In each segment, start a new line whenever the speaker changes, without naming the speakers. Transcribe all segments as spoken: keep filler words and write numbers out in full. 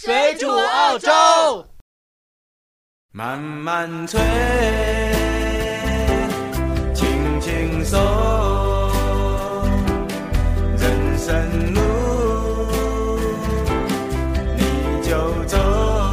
水煮澳洲，
慢慢吹，轻轻松，人生路你就走，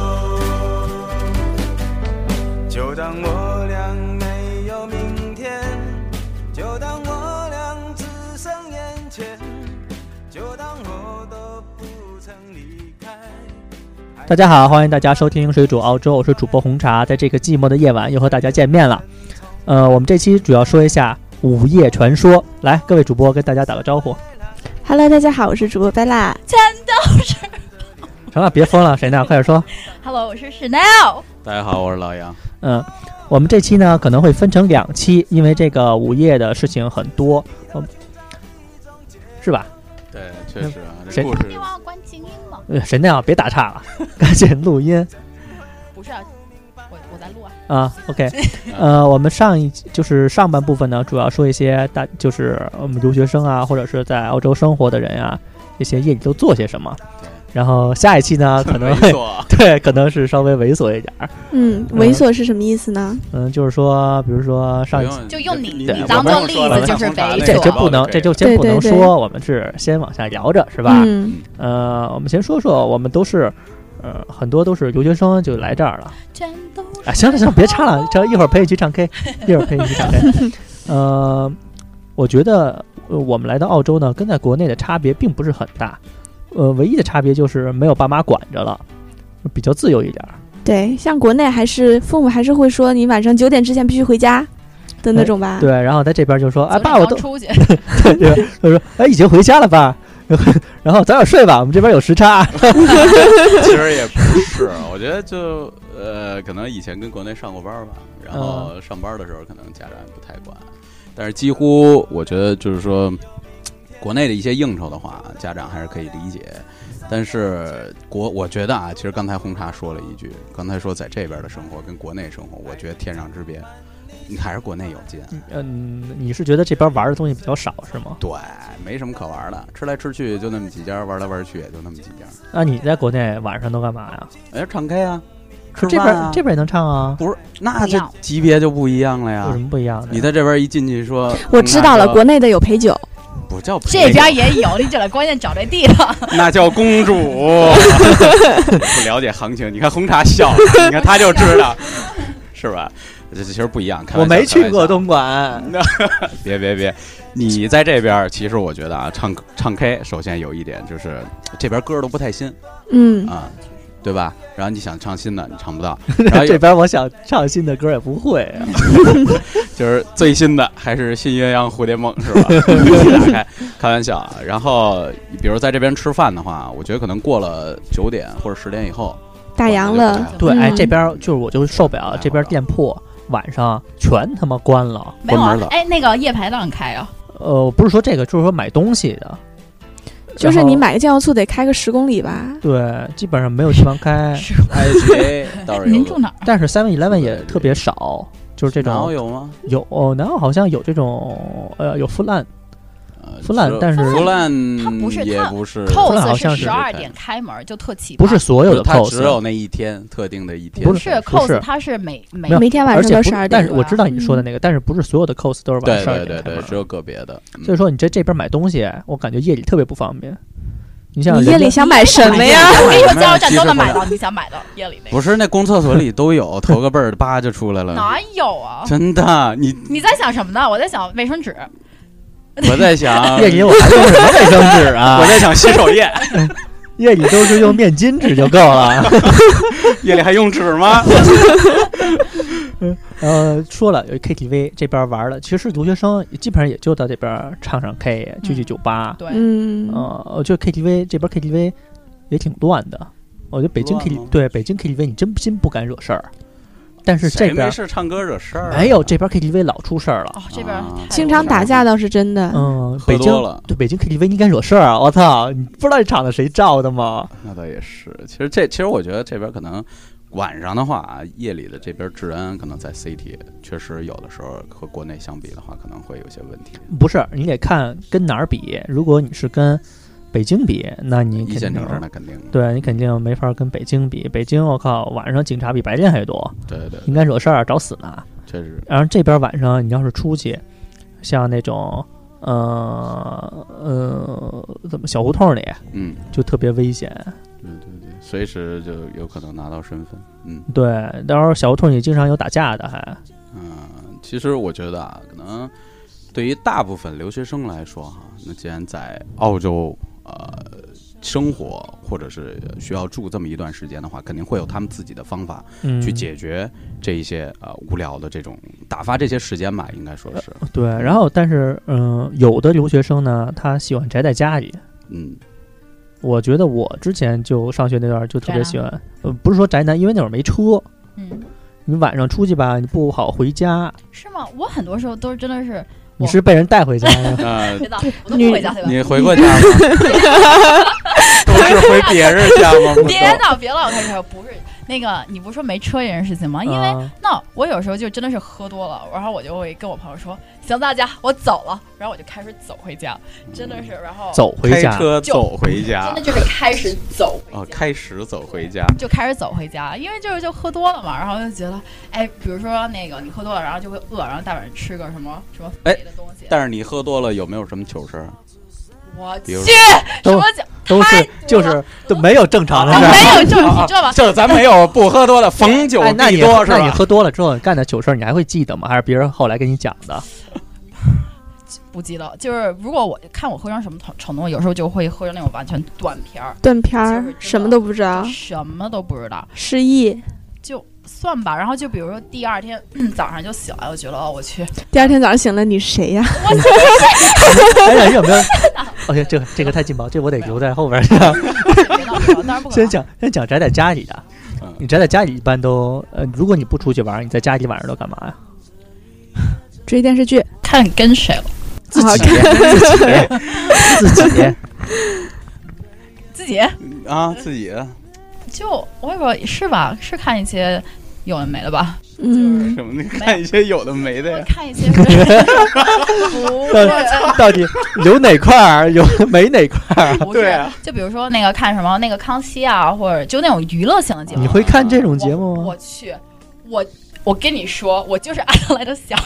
就当我俩没有明天，就当我俩只剩眼前，就当我都不曾离开。
大家好，欢迎大家收听水煮澳洲，我是主播红茶，在这个寂寞的夜晚又和大家见面了。呃，我们这期主要说一下午夜传说，来，各位主播跟大家打个招呼。
Hello， 大家好，我是主播 Bella。
全都是。
成了，别疯了，谁呢？快点说。
Hello， 我是 Chanel。
大家好，我是老杨。
嗯，我们这期呢可能会分成两期，因为这个午夜的事情很多，嗯、是吧？
对，确实啊，这故事。
你忘了关静音了？
呃，谁那样？别打岔了，赶紧录音。
不是啊，我我在录啊。
啊 ，OK， 呃，我们上一就是上半部分呢，主要说一些大，就是我们留学生啊，或者是在澳洲生活的人啊，这些夜里都做些什么。然后下一期呢，可能会对，可能是稍微猥琐一点。
嗯，猥琐是什么意思呢？
嗯，就是说，比如说上一期
就用你
对
你当做例子，就是猥琐。
这就不能，这就先不能说，
对对对
我们是先往下聊着，是吧？
嗯。
呃，我们先说说，我们都是，呃，很多都是留学生就来这儿了。
全都是。
哎，行了行了，别唱了，这一会儿陪你去唱 K， 一会儿陪你去唱 K。呃，我觉得我们来到澳洲呢，跟在国内的差别并不是很大。呃，唯一的差别就是没有爸妈管着了，比较自由一点。对，
像国内还是父母还是会说你晚上九点之前必须回家的那种吧。
对，然后在这边就说，哎，爸，我都
出去。
对对，他说，哎，已经回家了吧？然后早点睡吧，我们这边有时差。
其实也不是，我觉得就呃，可能以前跟国内上过班吧，然后上班的时候可能家长不太管，但是几乎我觉得就是说。国内的一些应酬的话，家长还是可以理解，但是国我觉得啊，其实刚才红茶说了一句，刚才说在这边的生活跟国内生活，我觉得天壤之别，你还是国内有劲。
嗯，你是觉得这边玩的东西比较少是吗？
对，没什么可玩的，吃来吃去就那么几家，玩来玩去也就那么几家。
那你在国内晚上都干嘛呀？
哎，唱 K 啊。
这边、啊、这边也能唱啊？
不是，那这级别就不一样了呀。
有什么不一样的？
你在这边一进去说，
我知道了，国内的有陪酒。
不叫
这边也有，你只了关键找这地方。
那叫公主，不了解行情。你看红茶笑了，你看他就知道，是吧？这其实不一样。
我没去过东莞。
别别别，你在这边，其实我觉得啊，唱唱 K， 首先有一点就是这边歌都不太新，
嗯
啊。对吧？然后你想唱新的，你唱不到。
然后这边我想唱新的歌也不会啊。
就是最新的还是新鸳鸯蝴蝶梦是吧？一打开，开玩笑啊。然后比如在这边吃饭的话，我觉得可能过了九点或者十点以后
打烊了。
对，哎，这边就是我就受不了，这边店铺晚上全他妈关了，
没有啊？哎，那个夜排档开啊？
呃，不是说这个，就是说买东西的。
就是你买个酱油醋得开个十公里吧？
对，基本上没有地方开。
I G A 倒是有。
您住哪？
但是 seven eleven 也特别少，就是这种。
南澳有吗？
有，哦，南澳好像有这种，呃，有富兰，富兰，但是
富兰
它不是，
也不是
，C O S
好像
是十二点开门，就特奇葩。
不是所有的 C O S，
它只有那一天特定的一天。
不
是 C O S， 它是每每
每天晚上都十二点。
但是我知道你说的那个，但是不是所有的 C O S 都是晚上十二点开门。
对对对对，只有个别的。
所以说你在这边买东西，我感觉夜里特别不方便。你像
你夜里想买什么呀？
我跟你说，加油站都能买到你想买的夜里那个。
不是，那公厕所里都有，投个辈儿叭就出来了。
哪有啊？
真的，你
你在想什么呢？我在想卫生纸。
我在想
夜里我还用什么卫生纸啊？
我在想洗手液。
夜里都是用面巾纸就够了。
夜里还用纸吗？
呃，说了有 K T V 这边玩的，其实留学生基本上也就到这边唱唱 K， 去去酒吧。
对，
嗯，
呃，我觉得 K T V 这边 K T V 也挺乱的。我觉得北京 K T V 对北京 K T V 你真心不敢惹事儿，但是这边
没事唱歌惹事儿。
没有，这边 K T V 老出事儿了。
哦，这边
经常打架倒是真的。
嗯，北京对北京 K T V 你敢惹事儿啊？我操，你不知道这场子谁罩的吗？
那倒也是。其实这其实我觉得这边可能。晚上的话，夜里的这边治安可能在 City 确实有的时候和国内相比的话，可能会有些问题。
不是，你得看跟哪儿比。如果你是跟北京比，那你肯定
一线城市那肯定，
对你肯定没法跟北京比。北京我靠，晚上警察比白天还多，
对对对，
应该惹事儿找死呢。
确实。
然后这边晚上你要是出去，像那种呃呃怎么小胡同里，
嗯，
就特别危险。
对对对，随时就有可能拿到身份。嗯，
对，到时候小胡同里经常有打架的还。
嗯，其实我觉得啊，可能对于大部分留学生来说哈，那既然在澳洲呃生活或者是需要住这么一段时间的话，肯定会有他们自己的方法去解决这一些呃无聊的这种打发这些时间吧，应该说是。
对，然后但是嗯、呃，有的留学生呢，他喜欢宅在家里。
嗯。
我觉得我之前就上学那段就特别喜欢，呃，不是说宅男，因为那会儿没车，
嗯，
你晚上出去吧，你不好回家。
是吗？我很多时候都真的是，
你是被人带回家的？
啊，
别的我都不回家，对吧？
你回过家吗？都是回别人家吗？
别闹，别老开车，不是那个，你不是说没车这件事情吗？因为那、uh, 我有时候就真的是喝多了，然后我就会跟我朋友说：“行，大家，我走了。”然后我就开始走回家，真的是，然后
走回家，
开车走回家，
真的就是开始走回家。
哦，开始走回家，
就开始走回家，因为就是就喝多了嘛，然后就觉得，哎，比如说那个你喝多了，然后就会饿，然后大晚上吃个什么什么肥的东西。
但是你喝多了有没有什么糗事？
我去，
什
么讲
都是就是都没有正常的事，
没有正，你知道吗？
就是咱没有不喝多的，逢酒必多，是吧？
那你喝多了之后干的糗事，你还会记得吗？还是别人后来跟你讲的？
不记得，就是如果我看我喝成什么程度，有时候就会喝成那种完全断片儿，
断片儿，什么都不知道，
什么都不知道，
失忆
就算吧。然后就比如说第二天、嗯、早上就醒来，我觉得哦，我去，
第二天早上醒了，你谁呀？
我去，
哎呀，你有没有 ？OK， 这个这个太劲爆，这我得留在后边讲。先讲先讲宅在家里的，你宅在家里一般都呃，如果你不出去玩，你在家里晚上都干嘛呀？
追电视剧，
看你跟谁了。
自己自己自己
自己
啊，自己
就我也不知道是吧？是看一些有的没的吧？
嗯，
什么？你看一些有的没的呀？
看一些不是
到底留哪块儿，有没哪块儿？
不是，啊、就比如说那个看什么那个康熙啊，或者就那种娱乐性的节目。
你会看这种节目吗？
我, 我去，我。我跟你说，我就是阿德莱德小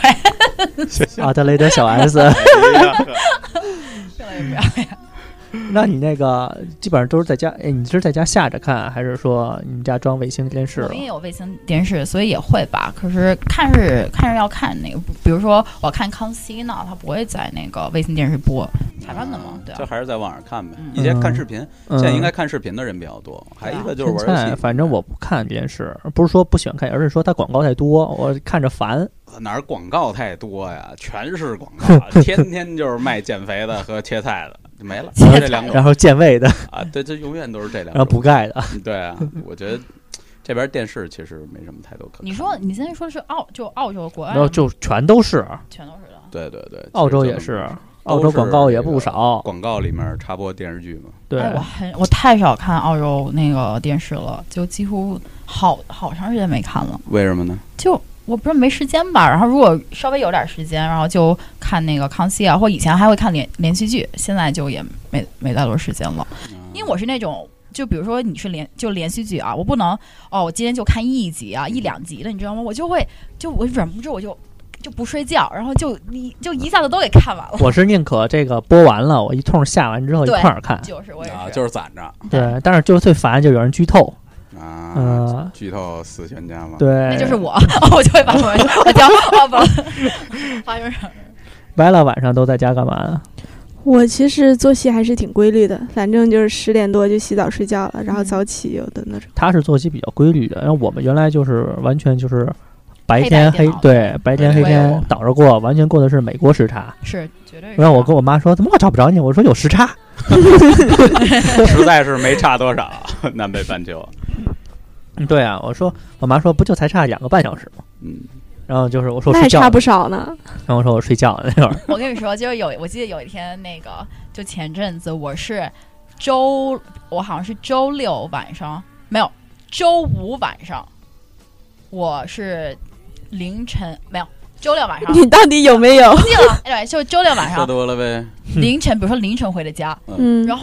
S，
阿德莱德小 S，
越来越不要脸。
那你那个基本上都是在家，哎，你是在家下着看，还是说你们家装卫星电视？
我们也有卫星电视，所以也会吧。可是看是看是要看那个，比如说我看康熙呢，它不会在那个卫星电视播台湾的嘛，对、啊，
就还是在网上看呗。以前看视频，
嗯、
现在应该看视频的人比较多。嗯、还有一个就是玩游戏。
反正我不看电视，不是说不喜欢看，而是说它广告太多，我看着烦。
哪儿广告太多呀？全是广告，天天就是卖减肥的和切菜的。没了，就这两种，
然后健胃的
啊，对，这永远都是这两种，
然后补钙的，
对啊，我觉得这边电视其实没什么太多可看。
你说你现在说的是澳，就澳洲国外，
然后就全都是，
全都是的，
对对对，
澳洲也是，澳洲广告也不少，
广告里面插播电视剧嘛。
对，
哎、我很我太少看澳洲那个电视了，就几乎好好长时间没看了。
为什么呢？
就。我不是没时间吧，然后如果稍微有点时间，然后就看那个康熙啊，或以前还会看连连续剧，现在就也没没太多时间了，因为我是那种，就比如说你是连就连续剧啊，我不能哦，我今天就看一集啊，一两集的，你知道吗？我就会就我忍不住我就就不睡觉，然后就你就一下子都给看完了。
我是宁可这个播完了，我一通下完之后一块儿看，
就是我也是，
啊、就是攒着。
对，但是就最烦就有人剧透。
啊，
嗯，
剧透死全家嘛，
对，
那就是我，我就会把我我叫哦不，发生什么？
白了晚上都在家干嘛呢？
我其实作息还是挺规律的，反正就是十点多就洗澡睡觉了，然后早起有的那种。
他是作息比较规律的，然后我们原来就是完全就是白天黑，对，白天黑天倒着过，完全过的是美国时差，
是绝对。
然后我跟我妈说，怎么我找不着你？我说有时差。
实在是没差多少，南北半球。
嗯，对啊，我说我妈说不就才差两个半小时吗？
嗯，
然后就是我说
那还差不少呢。
然后我说我睡觉了那会儿。
我跟你说，就是有我记得有一天那个，就前阵子我是周，我好像是周六晚上没有，周五晚上我是凌晨没有。周六晚上，
你到底有没有？
记了，哎，就周六晚上
喝多了呗。
凌晨，比如说凌晨回的家，
嗯，
然后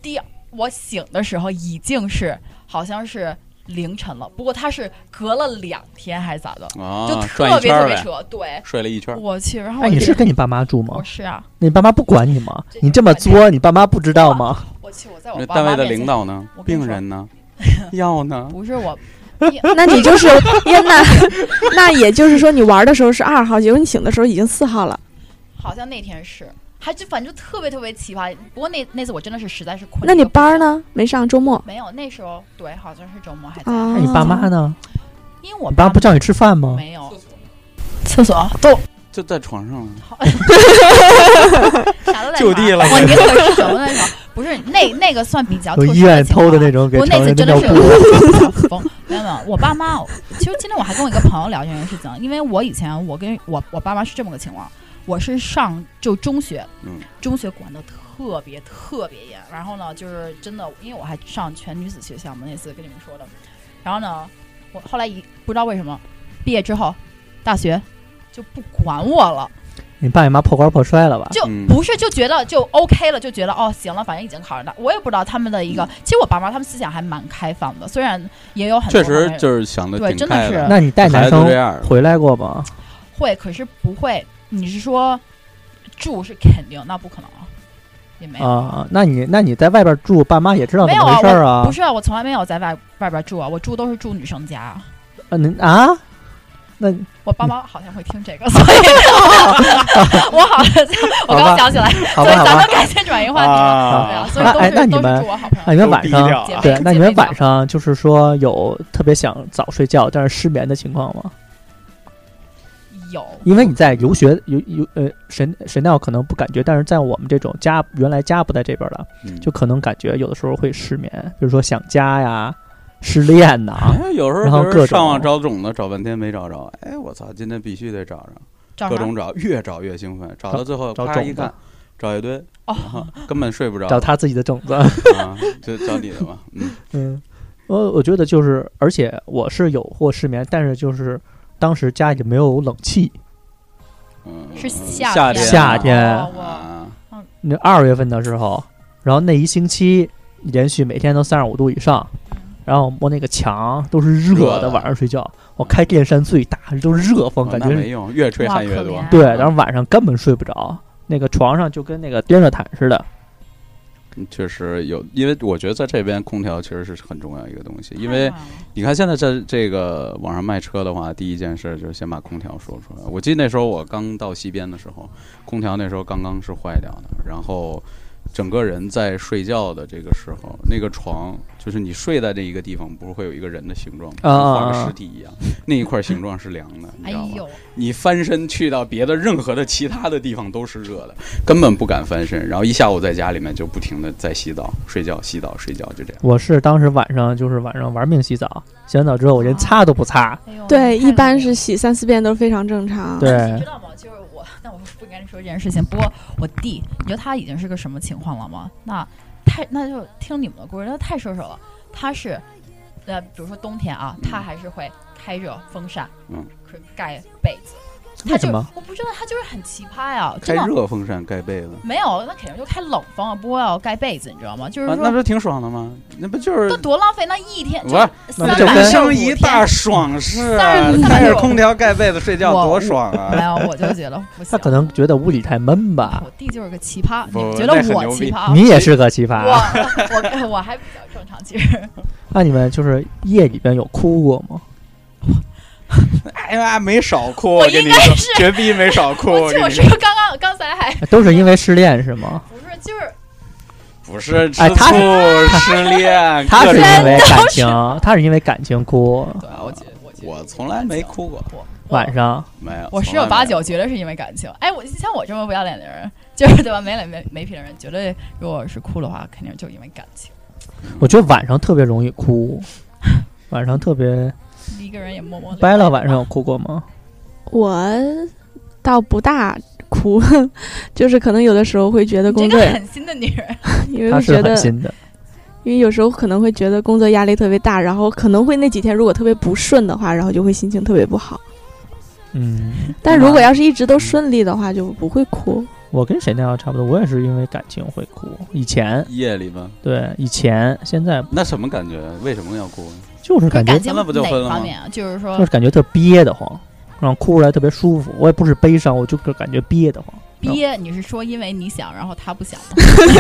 第我醒的时候已经是好像是凌晨了，不过他是隔了两天还是咋的，
啊、
就特别特别扯，对，
睡了一圈。
我去，然后
哎，你是跟你爸妈住吗？
我是啊，
那你爸妈不管你吗？你这么作，你爸妈不知道吗？
我去，我在我爸
单位的
妈面前
领导呢？病人呢？药呢？
不是我。
那你就是呀，那那也就是说，你玩的时候是二号，结果你醒的时候已经四号了。
好像那天是，还就反正特别特别奇葩。不过那那次我真的是实在是困。
那你班呢？没上周末？
没有，那时候对，好像是周末还在。
啊、
那你爸妈呢？
因为我
爸不叫你吃饭吗？
没有，厕所都
就在床上了。
啥都在
就地了。
我宁可是什么那种，不是那那个算比较特殊的
医院偷的那种，给
我那次真的是有点疯。没有没有，我爸妈，其实今天我还跟我一个朋友聊这件事情，因为我以前我跟我我爸妈是这么个情况，我是上就中学，
嗯，
中学管的特别特别严，然后呢，就是真的，因为我还上全女子学校嘛，那次跟你们说的，然后呢，我后来一不知道为什么，毕业之后，大学就不管我了。
你爸你妈破罐破摔了吧？
就不是就觉得就 OK 了，就觉得哦行了，反正已经考上大，我也不知道他们的一个。其实我爸妈他们思想还蛮开放的，虽然也有很多
确实就是想的
对，真的是。
那你带男生回来过吗？
会，可是不会。你是说住是肯定，那不可能啊，也没有
啊。那你那你在外边住，爸妈也知道怎么回事啊？
不是啊，我从来没有在外外边住啊，我住都是住女生家。
嗯啊。那
我爸妈好像会听这个，所以我好像我刚想起来，所以咱们赶紧转移话题嘛，对啊，所以都是都是住我好朋友。
那你们晚上对，那你们晚上就是说有特别想早睡觉，但是失眠的情况吗？
有，
因为你在游学游游呃神神庙可能不感觉，但是在我们这种家原来家不在这边的，
嗯、
就可能感觉有的时候会失眠，比如说想家呀。失恋呐、
哎，有时候
然后各种
上网找种子，找半天没找着。哎，我操，今天必须得找
着，
各种找，越找越兴奋，找到最后
找
啪一看，找一堆，
哦，
根本睡不着。
找他自己的种子
啊，就找你的嘛，嗯
嗯，我我觉得就是，而且我是有过失眠，但是就是当时家里没有冷气，
嗯，
是
夏
夏
天
夏天，
啊，
那二月份的时候，然后那一星期连续每天都三十五度以上。然后摸那个墙都是热的，晚上睡觉我开电扇最大，都是热风，感觉
没用，越吹汗越多。
对，然后晚上根本睡不着，那个床上就跟那个电热毯似的。
确实有，因为我觉得在这边空调其实是很重要一个东西，因为你看现在在这个网上卖车的话，第一件事就是先把空调说出来。我记得那时候我刚到西边的时候，空调那时候刚刚是坏掉的，然后整个人在睡觉的这个时候，那个床就是你睡在这一个地方，不是会有一个人的形状，跟画个尸体一样，那一块形状是凉的，你知道吗？
哎呦，
你翻身去到别的任何的其他的地方都是热的，根本不敢翻身。然后一下午在家里面就不停的在洗澡、睡觉、洗澡、睡觉，就这样。
我是当时晚上就是晚上玩命洗澡，洗完澡之后我连擦都不擦。
哎呦，
对，一般是洗三四遍都非常正常。
对，
你知道吗？就是我，但我不跟你说这件事情。不过我弟，你知道他已经是个什么情况了吗？那太那就听你们的故事，那太射手了。他是，呃，比如说冬天啊，他还是会开热风扇，
嗯，
盖被子。
为什么？
我不知道，他就是很奇葩呀。
开热风扇盖被子？
没有，那肯定就开冷风啊，不过要盖被子，你知道吗？就是说，
啊、那不是挺爽的吗？那不就是
那多浪费？那一天
不
是
男生一大爽事啊！开着空调盖被子睡觉多爽啊！
没有，我就觉得不行。
他可能觉得屋里太闷吧。
我弟就是个奇葩，你们觉得我奇葩？
你也是个奇葩。
我我我还比较正常，其实。
那你们就是夜里边有哭过吗？
哎呀，没少哭！我跟你说，绝逼没少哭。
我就是刚刚刚才还
都是因为失恋是吗？
不是，就是
不是吃
醋、
哎、失恋，
他是因为感情，他是因为感情哭。
对，我觉我
我从来没哭过。
晚上
没有，
我十有八九绝对是因为感情。哎，我像我这么不要脸的人，就是对吧？没脸没没皮的人，绝对如果是哭的话，肯定就因为感情。
我觉得晚上特别容易哭，晚上特别。
一个人也默默。
掰了晚上有哭过吗？
我倒不大哭，就是可能有的时候会觉得工作
这个狠心的女人，
因为觉得
心的，
因为有时候可能会觉得工作压力特别大，然后可能会那几天如果特别不顺的话，然后就会心情特别不好。
嗯，
但如果要是一直都顺利的话，就不会哭。
我跟谁那样差不多，我也是因为感情会哭。以前
夜里吗？
对，以前现在
那什么感觉？为什么要哭？
就是感觉
感情
那不就分了吗
哪方面啊？就是说，
就是感觉特憋得慌，然后哭出来特别舒服。我也不是悲伤，我就感觉憋得慌。
憋，你是说因为你想，然后他不想吗？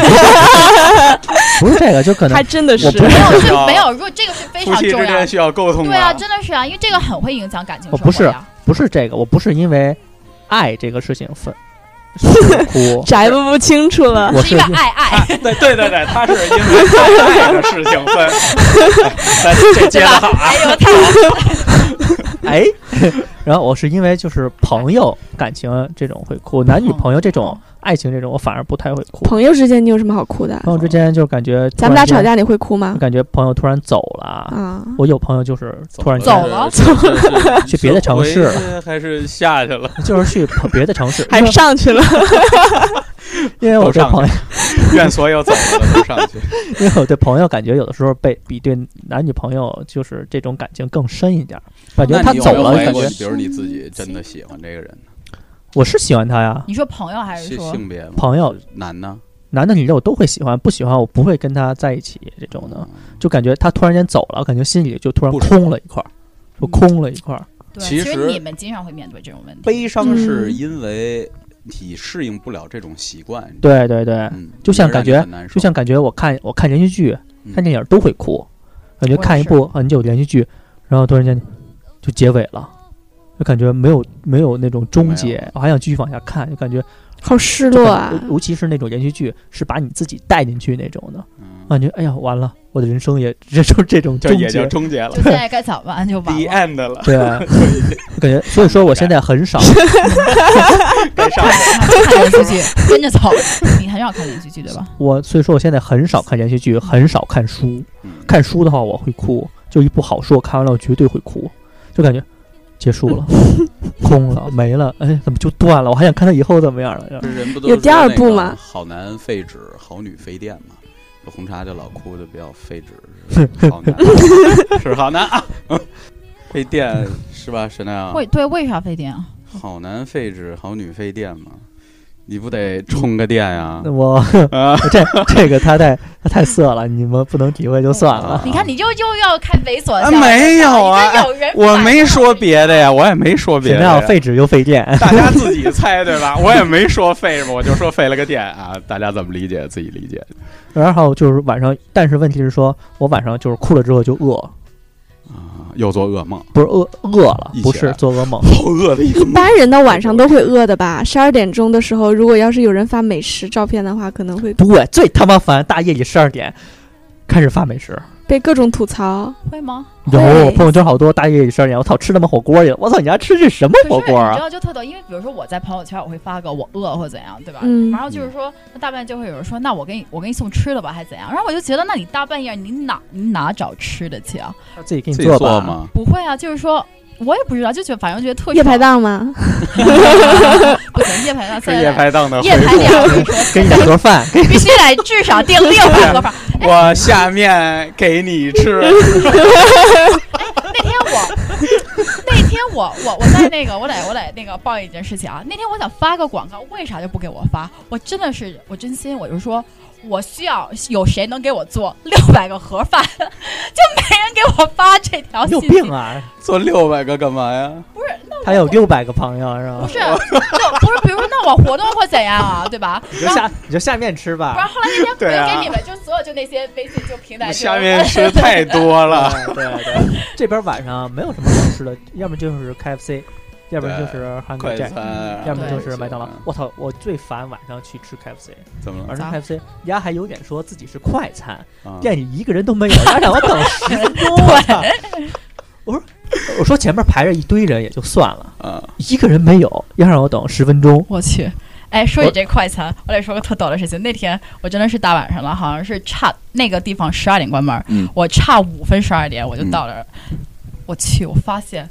不是这个，就可能
还真的是
我不
没有，是没有，如果这个是非
夫妻
常重要
之间需要沟通的。
对啊，真的是啊，因为这个很会影响感情生活
我不是
呀。
不是这个，我不是因为爱这个事情分哭，
摘不不清楚了。
我
是因为爱爱，
对对对对，他是因为爱的事情分。咱这接的好啊！
哎呦，太
哎，然后我是因为就是朋友感情这种会哭，男女朋友这种爱情这种我反而不太会哭。
朋友之间你有什么好哭的？
朋友之间就感觉
咱们俩吵架你会哭吗？
感觉朋友突然走了，
啊，
我有朋友就是突然
走了
去别的城市了，
还是下去了？
就是去别的城市，
还上去了。
因为我对朋友，
愿所有走了的都上去。
因为我对朋友感觉有的时候被比对男女朋友就是这种感情更深一点，感觉他走了，感觉
比如你自己真的喜欢这个人呢？
我是喜欢他呀。
你说朋友还是说
性别？
朋友，
男的，
男的女的我都会喜欢，不喜欢我不会跟他在一起。这种的，就感觉他突然间走了，感觉心里就突然空了一块，就空了一块。
对，
其
实你们经常会面对这种问题。
悲伤是因为你适应不了这种习惯。
对对对，
嗯、
就像感觉，就像感觉我看我看连续剧、
嗯、
看电影都会哭，感觉看一部很久连续剧，然后突然间就结尾了。就感觉没有没有那种终结，我还想继续往下看，就感觉
好失落啊！
尤其是那种连续剧，是把你自己带进去那种的，
嗯、
感觉哎呀完了，我的人生也这就这种终结，
也就终结了，
就现在该早完就完了
，the end 了。
对，感觉所以说我现在很少
该上
看连续剧，跟着走。你很少看连续剧对吧？
我所以说我现在很少看连续剧，很少看书。
嗯、
看书的话我会哭，就一部好书我看完了我绝对会哭，就感觉。结束了，空了，没了，哎，怎么就断了？我还想看他以后怎么样了。
人不都
有第二部吗？
好男废纸，好女废电嘛。红茶就老哭的比较废纸，是好男，是好男啊。废电是吧？是那样。
为对，为啥废电啊？
好男废纸，好女废电嘛。你不得充个电呀？
我、啊、这这个他太他太色了，你们不能体会就算了。
你看，你就又要看猥琐、
啊，没有啊，
有人
我没说别的呀，我也没说别的。
要废纸又废电，
大家自己猜对吧？我也没说废嘛，我就说废了个电啊，大家怎么理解自己理解。
然后就是晚上，但是问题是说我晚上就是哭了之后就饿。
啊，又做噩梦，
不是饿饿了，不是做噩梦，
好饿的一个梦。
一般人到晚上都会饿的吧？十二点钟的时候，如果要是有人发美食照片的话，可能会
不会。最他妈烦，大夜里十二点开始发美食，
被各种吐槽，
会吗？
有朋友圈好多大夜里十二点，我操，吃他妈火锅去了！我操，你家吃这什么火锅啊？
你知道就特逗，因为比如说我在朋友圈我会发个我饿或怎样，对吧？
嗯。
然后就是说，那大半夜就会有人说，那我给你我给你送吃的吧，还是怎样？然后我就觉得，那你大半夜你哪你哪找吃的去啊？
自己给你做吧
吗？
不会啊，就是说。我也不知道，就觉得反正觉得特
夜排档吗？
不行，夜排档
是夜排档的
夜排档，
给你两盒饭，
必须得至少订六百盒饭。
我下面给你吃。
哎，那天我那天我我我在那个我得我得那个报一件事情啊，那天我想发个广告，为啥就不给我发？我真的是我真心，我就说。我需要有谁能给我做六百个盒饭，就没人给我发这条信息。
有病啊！
做六百个干嘛呀？
不是，那
他有六百个朋友是吧？
不是，就不是，比如说那我活动会怎样啊？对吧？
你就下你就下面吃吧。
不然后来那天
对啊，
给你们就所有就那些微信就平台
下面吃太多了。
对对对，这边晚上没有什么好吃的，要么就是 K F C。要不然就是韩国菜，要么就是麦当劳。我操！我最烦晚上去吃 K F C。
怎么了？
晚上 K F C，人家还有点说自己是快餐，店里一个人都没有，人家让我等十分钟。我说，我说前面排着一堆人也就算了，一个人没有，要让我等十分钟。
我去！哎，说起这快餐，我得说个特逗的事情。那天我真的是大晚上了，好像是差那个地方十二点关门，
嗯、
我差五分十二点我就到了。嗯、我去，我发现。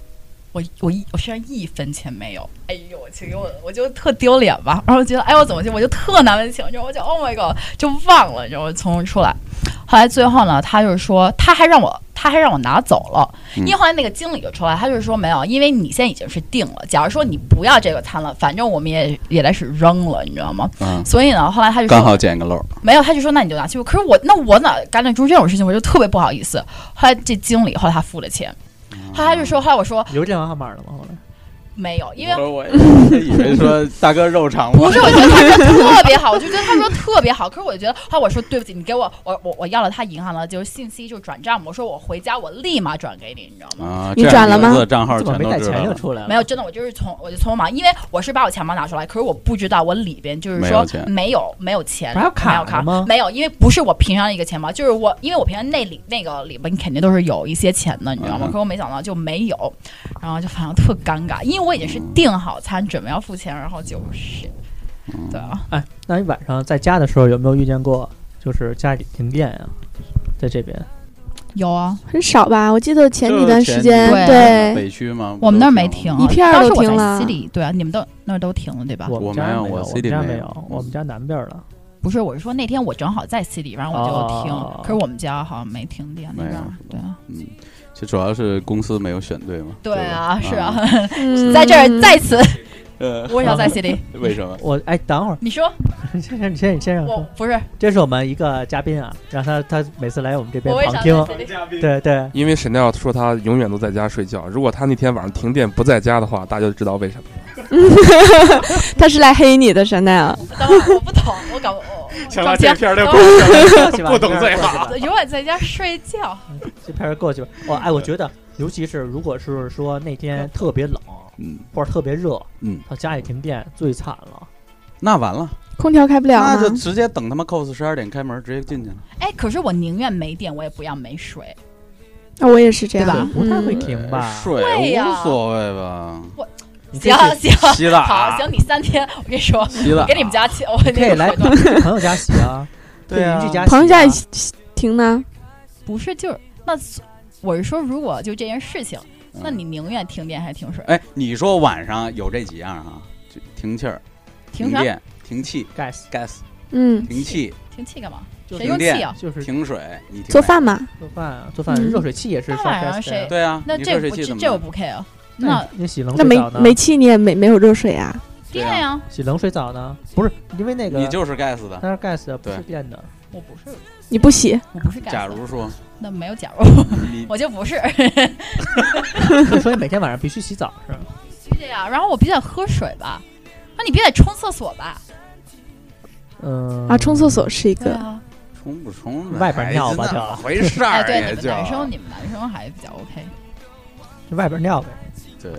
我我一我身上一分钱没有，哎呦我去我我就特丢脸吧，然后觉得哎我怎么去，我就特难为情，然后我就 Oh my god 就忘了，然后从中出来。后来最后呢，他就是说他还让我他还让我拿走了，因为后来那个经理就出来，他就是说没有，因为你现在已经是定了，假如说你不要这个餐了，反正我们也也得是扔了，你知道吗？嗯，所以呢，后来他就说
刚好捡个漏，
没有，他就说那你就拿去。可是我那我哪干得出这种事情，我就特别不好意思。后来这经理后来他付了钱，后来他就说，后来我说
留电话号码了吗？后来
没有，因为
我以为说大哥肉肠
不是，我觉得他说特别好，我就觉得他说特别好。可是我就觉得，后来我说对不起，你给我我我我要了他银行的就是信息，就转账，我说我回家我立马转给你，你知道吗？
啊，
你转了吗？
账号
怎么没带钱就出来了？
没有，真的，我就是从我就匆忙，因为我是把我钱包拿出来，可是我不知道我里边就是说没有没有钱，
还有卡
没有卡
吗？
没有，因为不是我平常的一个钱包，就是我因为我平常那里那个里边肯定都是有一些钱的，你知道吗？可是我没想到就没有，然后就反正特尴尬，因为我已经是定好餐准备要付钱，然后就是对啊。
哎，那你晚上在家的时候有没有遇见过就是家里停电呀、啊？在这边
有啊，
很少吧？我记得前几段时间
对
北区吗？
我们那儿没停，
一片都停了。
西里对啊，你们都那儿都停了对吧？
我们家
没有，
我们家没有，我们家南边了。
不是，我是说那天我正好在西里，然后我就停，
哦、
可是我们家好像没停电那边。对啊，
嗯。就主要是公司没有选对嘛？
对啊，是啊，
嗯、
在这儿再次，
呃，
我想在西里。
为什么？
我哎，等会儿，
你说，
你先生，你先，你先生说，
不是，
这是我们一个嘉宾啊，让他他每次来我们这边旁听，对对，
因为沈亮说他永远都在家睡觉，如果他那天晚上停电不在家的话，大家就知道为什么。
他是来黑你的，沈亮。
等会儿我不懂，我搞我。
行了，这片儿就不懂最好。
永远在家睡觉。
这片儿过去吧。我哎，我觉得，尤其是如果是说那天特别冷，
嗯，
或者特别热，
嗯，
到家里停电最惨了。
那完了，
空调开不了，
那就直接等他妈 cos 十二点开门，直接进去了。
哎，可是我宁愿没电，我也不要没水。
啊，我也是这样，
对吧？
不太会停吧？
水无所谓吧？
我。行行，
洗澡
好行，你三天，我跟你说，
洗澡
给你们家洗，我
可以来朋友家洗啊，
对啊，
朋友家停呢？
不是，就是那我是说，如果就这件事情，那你宁愿停电还是停水？
哎，你说晚上有这几样啊？就停气儿、
停
电、停气、
gas
gas，
嗯，
停气、
停气干嘛？
谁
用气啊？
就是
停水，你
做饭嘛？
做饭做饭，热水器也是。
那晚上谁？
对啊，
那这不这我不 care。那
你洗冷水澡呢？
那煤煤气你也没没有热水啊？
电呀，
洗冷水澡呢？不是，因为那个
你就是 gas 的，
但是 gas 的不是电的。
我不是，
你不洗？
我不是 gas。
假如说，
那没有假如，我就不是。
所以每天晚上必须洗澡是吧？
必须的呀，然后我必须得喝水吧？那你必须得冲厕所吧？
嗯
啊，冲厕所是一个。
冲不冲？
外边尿吧，
就回事儿。
哎，对，你们男生，你们男生还比较 OK。
就外边尿呗。
对。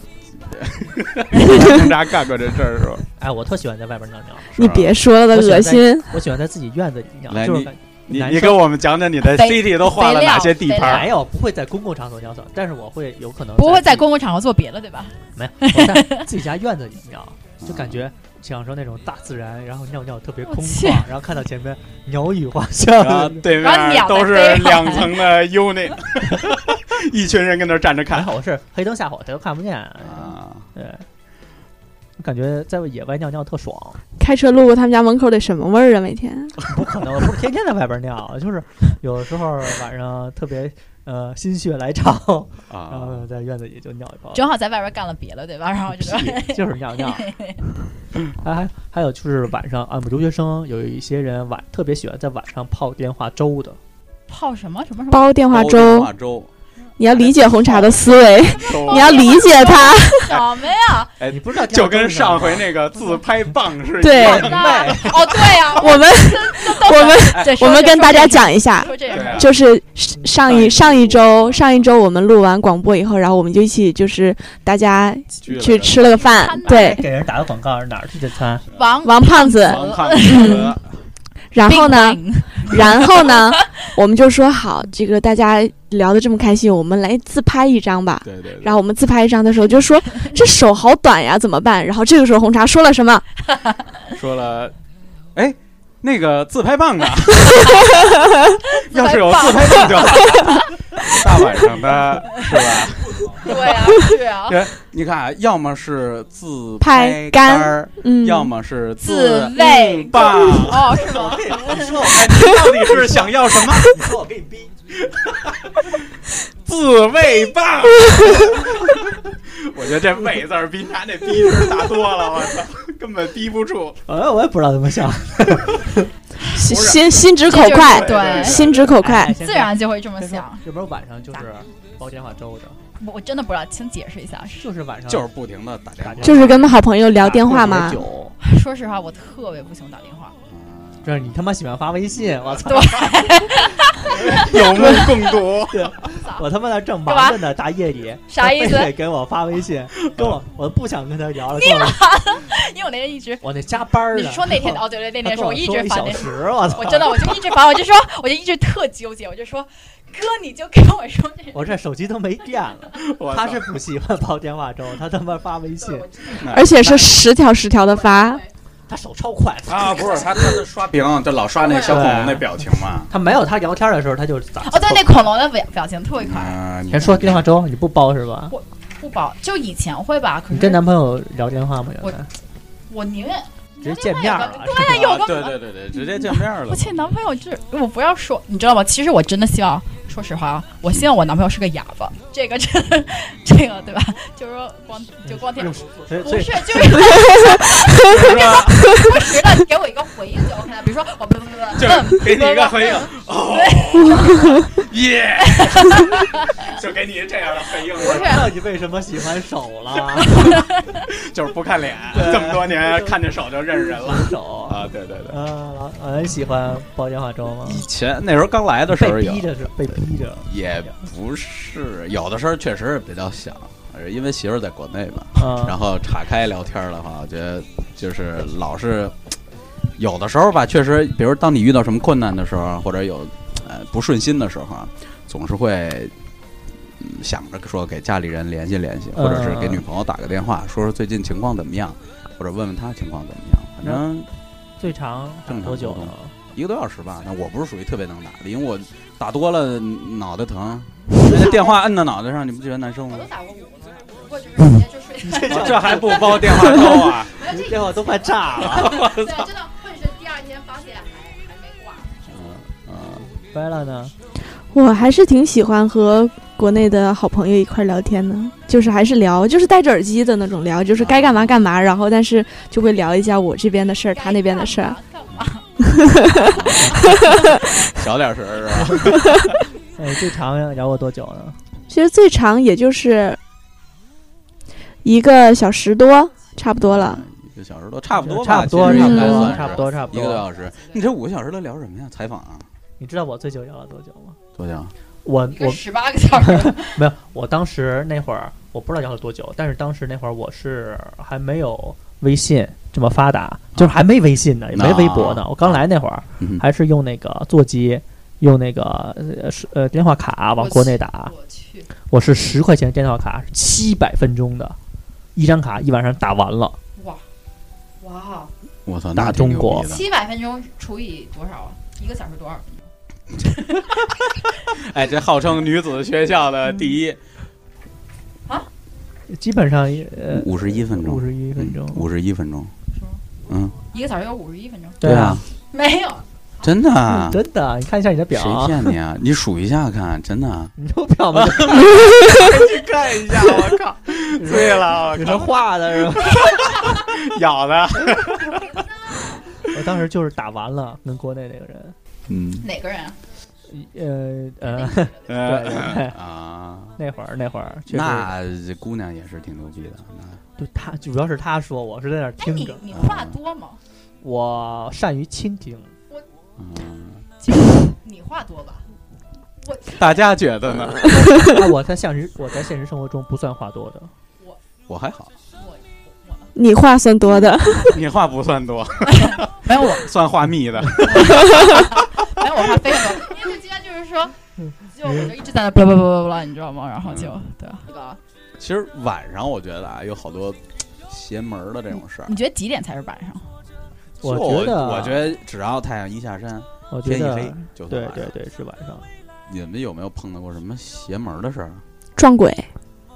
警察干过这事儿是吧？
哎，我特喜欢在外边尿尿。
你别说了，恶心！
我喜欢在自己院子里尿。
来，
就是
你你给我们讲讲你的 city 都画了哪些地盘？
没有，不会在公共场所尿厕，但是我会有可能
不会在公共场合做别的，对吧？
没有，我在自己家院子里尿，就感觉享受那种大自然，然后尿尿特别空旷，然后看到前面鸟语花香，
然后对面都是两层的 unit， 一群人跟那站着看。
我是黑灯瞎火，谁都看不见啊。对，感觉在野外尿尿特爽。
开车路过他们家门口得什么味儿啊？每天
不可能，我不是天天在外边尿，就是有时候晚上特别呃心血来潮啊，然后在院子里就尿一泡。
正好在外边干了别的，对吧？然后就
就是尿尿。还还还有就是晚上啊，我们留学生有一些人晚特别喜欢在晚上泡电话粥的。
泡什么什么什么？
煲电话粥。
粥。
你要理解红茶的思维，你要理解他。
什么呀？
哎，你不知道，就跟上回那个自拍棒是
一
样的。
哦，对呀，
我们我们我们跟大家讲一下，就是上一上一周上一周我们录完广播以后，然后我们就一起就是大家去吃了个饭，对，
给人打个广告，哪儿去的餐？
王
王胖子。
王胖子。
然后呢，然后呢，我们就说好，这个大家聊得这么开心，我们来自拍一张吧。
对对对。
然后我们自拍一张的时候就说，这手好短呀，怎么办？然后这个时候红茶说了什么？
说了，哎，那个自拍棒呢？要是有自拍棒就好。大晚上的，是吧？
对啊，是啊。
对，你看啊，要么是自
拍
杆，
嗯，
要么是
自慰
棒。
哦，是吗？
你说我，你到底是想要什么？你说我给你逼。
自慰棒。我觉得这“慰”字儿比他那“逼”字大多了，我操，根本逼不住。
哎，我也不知道怎么想。
心心直口快，
对，
心直口快，
自然就会这么想。
这不是晚上就是煲电话粥的。
我真的不知道，请解释一下。
就是晚上，
就是不停的打电话，
就是跟好朋友聊电话嘛。
说实话，我特别不喜欢打电话。
这是你他妈喜欢发微信，我操！
对，有目共睹。
对，我他妈的正忙着呢，大夜里，
啥意思？
给我发微信，跟我，我不想跟他聊了。
你妈！因为我那天一直，
我那加班呢。
你说那天哦，对对，那天说我一直发那，
我
我真的我就一直发，我就说，我就一直特纠结，我就说。哥，你就跟我说这，
我这手机都没电了。他是不喜欢煲电话粥，他他妈发微信，
而且是十条十条的发。
他手超快
啊！不是他，他是刷屏，就老刷那小恐龙那表情嘛。
他没有，他聊天的时候他就咋？
哦，对，那恐龙的表表情特别可爱。
先说电话粥，你不煲是吧？
我不煲，就以前会吧。可是
你跟男朋友聊电话吗？
我我宁愿。
直接见面了，
对，有个
对对对对，直接见面了。
而且男朋友就是我不要说，你知道吗？其实我真的希望，说实话，我希望我男朋友是个哑巴。这个真，这个对吧？就是说光就光听，不是就是不时的给我一个回应就 OK 了。比如说我不不不，
就给你一个回应，哦，耶，就给你这样的回应。
不是，
知道你为什么喜欢手了？
就是不看脸，这么多年看见手就认识人了。
手
啊，对对对。
啊，老你喜欢煲电话粥吗？
以前那时候刚来的时候，
被逼着是被逼着，
也不是，有的时候确实是比较想，因为媳妇儿在国内嘛，
嗯、
然后岔开聊天的话，我觉得就是老是有的时候吧，确实，比如当你遇到什么困难的时候，或者有呃不顺心的时候啊，总是会。嗯，想着说给家里人联系联系，或者是给女朋友打个电话，说说最近情况怎么样，或者问问她情况怎么样。反正
最长
正常
多久呢？
一个多小时吧。但我不是属于特别能打的，因为我打多了脑袋疼。那电话摁到脑袋上，你不觉得难受吗？
我都打过五个，不过就是直接就睡。
这还不包电话粥啊？
你电话都快炸了！
对，真的会是第二天发现还还没挂。
嗯嗯，
掰了呢？
我还是挺喜欢和国内的好朋友一块聊天的，就是还是聊，就是戴着耳机的那种聊，就是该干嘛干嘛，然后但是就会聊一下我这边的事儿，他那边的事儿。
干嘛？
小点声是吧？
哎，最长聊过多久呢？
其实最长也就是一个小时多，差不多了。
一个小时多，差不多吧，
差不多，
差不
多，差不多，差不多
一个多小时。你这五个小时都聊什么呀？采访啊？
你知道我最久聊了多久吗？
多久？
我我
十八个小时
没有，我当时那会儿我不知道聊了多久，但是当时那会儿我是还没有微信这么发达，就是还没微信呢，也没微博呢。我刚来那会儿还是用那个座机，用那个呃呃电话卡往国内打。
我去，
我是十块钱电话卡，七百分钟的，一张卡一晚上打完了。
哇哇！
我操，
打中国
七百分钟除以多少啊？一个小时多少分钟？
哎，这号称女子学校的第一
啊！
基本上呃
五十一分钟，
五十一分钟，
五十一分钟，嗯，
一个小时有五十一分钟。
对啊，
没有，
真的、啊
嗯，真的，你看一下你的表，
谁骗你啊？你数一下看，真的、啊，
你有表吗？
去看一下，我靠，对了，
你是画的是吧？
咬的。
我当时就是打完了，跟国内那个人。
嗯，
哪个人啊？
呃呃，对对对
啊，
那会儿那会儿，
那这姑娘也是挺牛逼的。
对他主要是他说，我是在那儿听着。
你你话多吗？
我善于倾听。
我
嗯，
你话多吧？我
大家觉得呢？
我在现实我在现实生活中不算话多的。
我
我还好。
你话算多的，
你话不算多，
没有我
算话密的，
没有我话非常多，因为今天就是说，就我就一直在那叭叭叭叭叭，你知道吗？然后就对吧？
其实晚上我觉得啊，有好多邪门的这种事儿。
你觉得几点才是晚上？
我觉得，
我觉得只要太阳一下山，
我觉得
天一黑就
对对对是晚上。
你们有没有碰到过什么邪门的事儿？
撞鬼。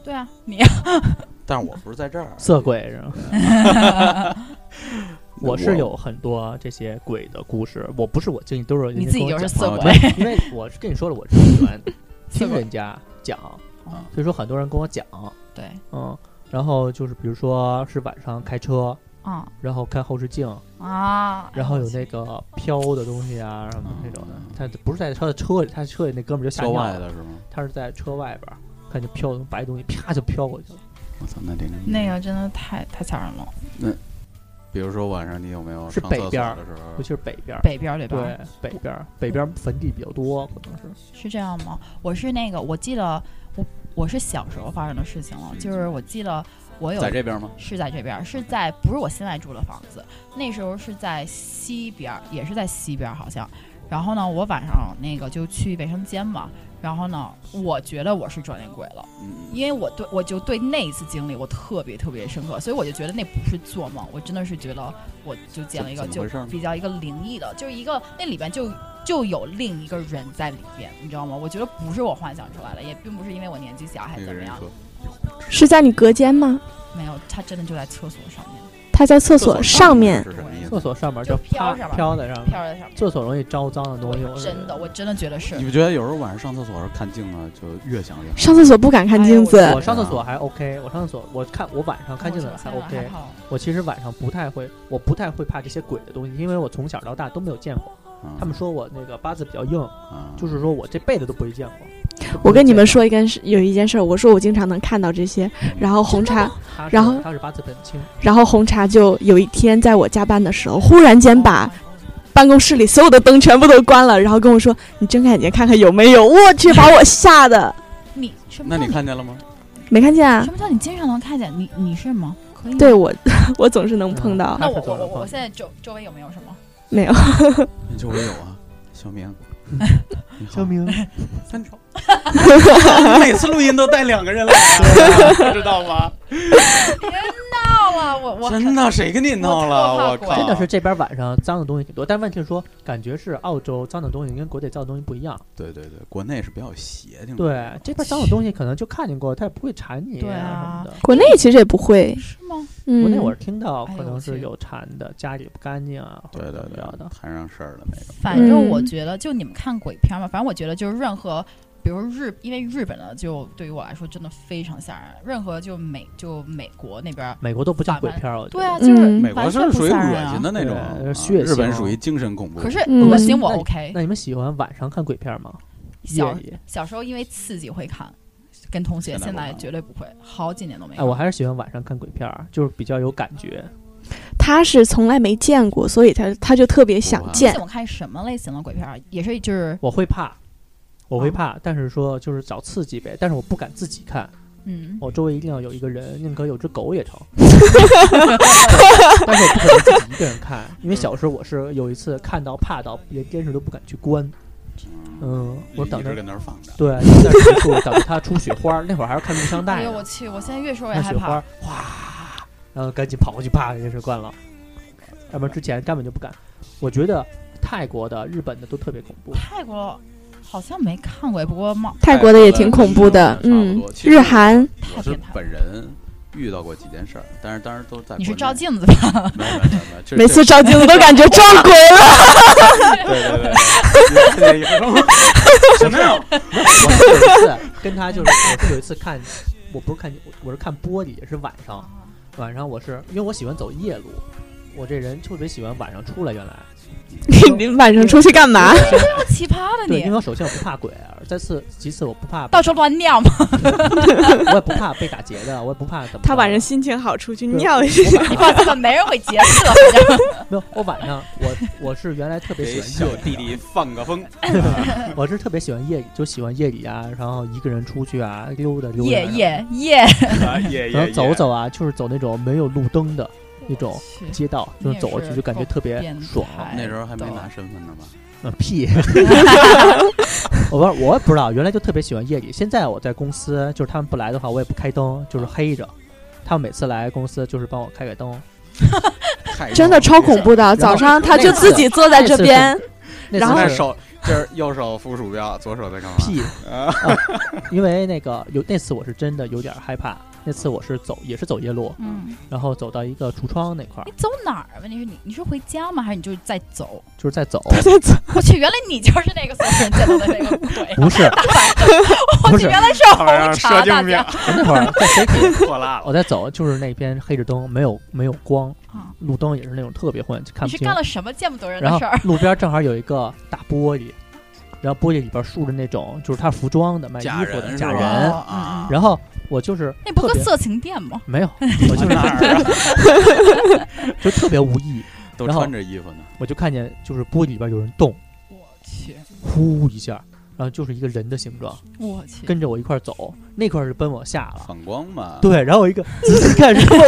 对啊，你
但是我不是在这儿，
色鬼是吗？我是有很多这些鬼的故事，我不是我经历，都是
你自己就是色
鬼，因为我是跟你说了，我是喜欢听人家讲，所以说很多人跟我讲，
对，
嗯，然后就是比如说是晚上开车。
啊、嗯，
然后看后视镜
啊，
然后有那个飘的东西啊什么那种的，他不是在他的车里，他车里那哥们就吓尿了，
的是吗？
他是在车外边看见飘的白东西，啪就飘过去了。
我操，那这个
那个真的太太吓人了。
那比如说晚上你有没有
是北边
的时候？
尤其是北边，
北边对吧？
对，北边，北边坟地比较多，可能是
是这样吗？我是那个，我记得我我是小时候发生的事情了，嗯、就是我记得。我有
在这边吗？
是在这边，是在不是我现在住的房子，那时候是在西边，也是在西边好像。然后呢，我晚上那个就去卫生间嘛，然后呢，我觉得我是撞见鬼了，
嗯、
因为我对我就对那一次经历我特别特别深刻，所以我就觉得那不是做梦，我真的是觉得我就见了一个就比较一个灵异的，就是一个那里边就就有另一个人在里边，你知道吗？我觉得不是我幻想出来的，也并不是因为我年纪小还是怎么样。
是在你隔间吗？
没有，他真的就在厕所上面。
他在厕所上面，
厕所上面
就飘上面，
飘在上面，
飘在上面。
厕所容易招脏的东西。
真的，我真的觉得是。
你不觉得有时候晚上上厕所时候看镜子就越想越？
上厕所不敢看镜子。
哎、我, 我上厕所还 OK， 我上厕所我看我晚上看镜子还 OK。我其实晚上不太会，我不太会怕这些鬼的东西，因为我从小到大都没有见过。嗯、他们说我那个八字比较硬，嗯、就是说我这辈子都不会见过。
我跟你们说一件事，有一件事，我说我经常能看到这些，然后红茶，然后
他是八字本轻，
然后红茶就有一天在我加班的时候，忽然间把办公室里所有的灯全部都关了，然后跟我说：“你睁开眼睛看看有没有。”我去，把我吓的。
你
那你看见了吗？
没看见啊。
什么叫你经常能看见？你你是吗？可以吗？
对我，我总是能碰到。
嗯、那我我我我现在周周围有没有什么？
没有。
你周围有啊，小明。
小明，
三条。每次录音都带两个人来，啊、知道吗？
别闹了，我我
真的谁跟你闹了？我靠！
真的是这边晚上脏的东西挺多，但问题是说，感觉是澳洲脏的东西跟国内脏的东西不一样。
对对对，国内是比较邪性。
对，这边脏的东西可能就看见过，他也不会缠你
对
啊什么的。
国内其实也不会，
是吗？
嗯，
国内我是听到可能是有缠的，家里不干净啊，
对对对
的，
摊上事儿的那种。
反正我觉得，就你们看鬼片嘛，反正我觉得就是任何。比如日，因为日本呢，就对于我来说真的非常吓人。任何就美就美国那边，
美国都不像鬼片，我觉得
对啊，就是、
嗯、
美国是属于恶心的那种，
呃、血腥。
日本属于精神恐怖。
可是恶心我 OK、
嗯那。那你们喜欢晚上看鬼片吗？
小小时候因为刺激会看，跟同学，现在绝对不会，好几年都没有。
哎，我还是喜欢晚上看鬼片，就是比较有感觉。
他是从来没见过，所以他他就特别想见。
我看什么类型的鬼片？也是就是
我会怕。我会怕，但是说就是找刺激呗，但是我不敢自己看，
嗯，
我周围一定要有一个人，宁可有只狗也成。但是我不可能自己一个人看，因为小时候我是有一次看到怕到连电视都不敢去关，嗯，我等着
跟那儿放着，
对，在那结束，等着它出雪花，那会儿还是看录像带。
哎呦我去！我现在越说越害怕。
雪花哗，然后赶紧跑过去，啪，电视关了，要不然之前根本就不敢。我觉得泰国的、日本的都特别恐怖。
泰国。好像没看过，不过
泰国的也挺恐怖的，嗯，日韩。
我是本人遇到过几件事儿，但是当然都在。
你是照镜子吧？
没有没有没有，
每次照镜子都感觉撞鬼了。
对对对，什么呀？
我是有一次跟他就是，我是有一次看，我不是看，我是看玻璃，也是晚上，晚上我是因为我喜欢走夜路，我这人特别喜欢晚上出来，原来。
你晚上出去干嘛？
这么奇葩的你！
对，因为我首先我不怕鬼，再次其次我不怕
到处乱尿嘛，
我也不怕被打劫的，我也不怕怎么。
他晚上心情好出去尿一下，
你放心吧，没人会劫色。
没有，我晚上我我是原来特别喜欢
小弟弟放个风，
我是特别喜欢夜里，就喜欢夜里啊，然后一个人出去啊，溜达溜达，
夜夜夜，
然后走走啊，就是走那种没有路灯的。那种街道就是走过去就感觉特别爽，
那时候还没拿身份呢吧？
呃屁！我不我也不知道，原来就特别喜欢夜里。现在我在公司，就是他们不来的话，我也不开灯，就是黑着。他们每次来公司就是帮我开开灯，
真的超恐怖的。早上他就自己坐在这边，
然
后
手这是右手扶鼠标，左手在干嘛？
屁啊！因为那个有那次我是真的有点害怕。那次我是走也是走夜路，
嗯，
然后走到一个橱窗那块儿。
你走哪儿啊？问题是你你是回家吗？还是你就是在走？
就是在走，
在走。
我去，原来你就是那个所有人见到的那个鬼。
不是，
我去，原来是红茶大家。
那会儿在谁给
破烂了？
我在走，就是那边黑着灯，没有没有光，路灯也是那种特别昏，看不清。
你是干了什么见不得人
的
事儿？
然后路边正好有一个大玻璃。然后玻璃里边竖着那种就是他服装的卖衣服的假人
啊，
然后我就是
那不个色情店吗？
没有，我就是哪儿啊？就特别无意，
都穿着衣服呢。
我就看见就是玻璃里边有人动，
我去，
呼一下，然后就是一个人的形状，
我去，
跟着我一块走，那块是奔我下了，
反光嘛。
对，然后我一个仔细看之后。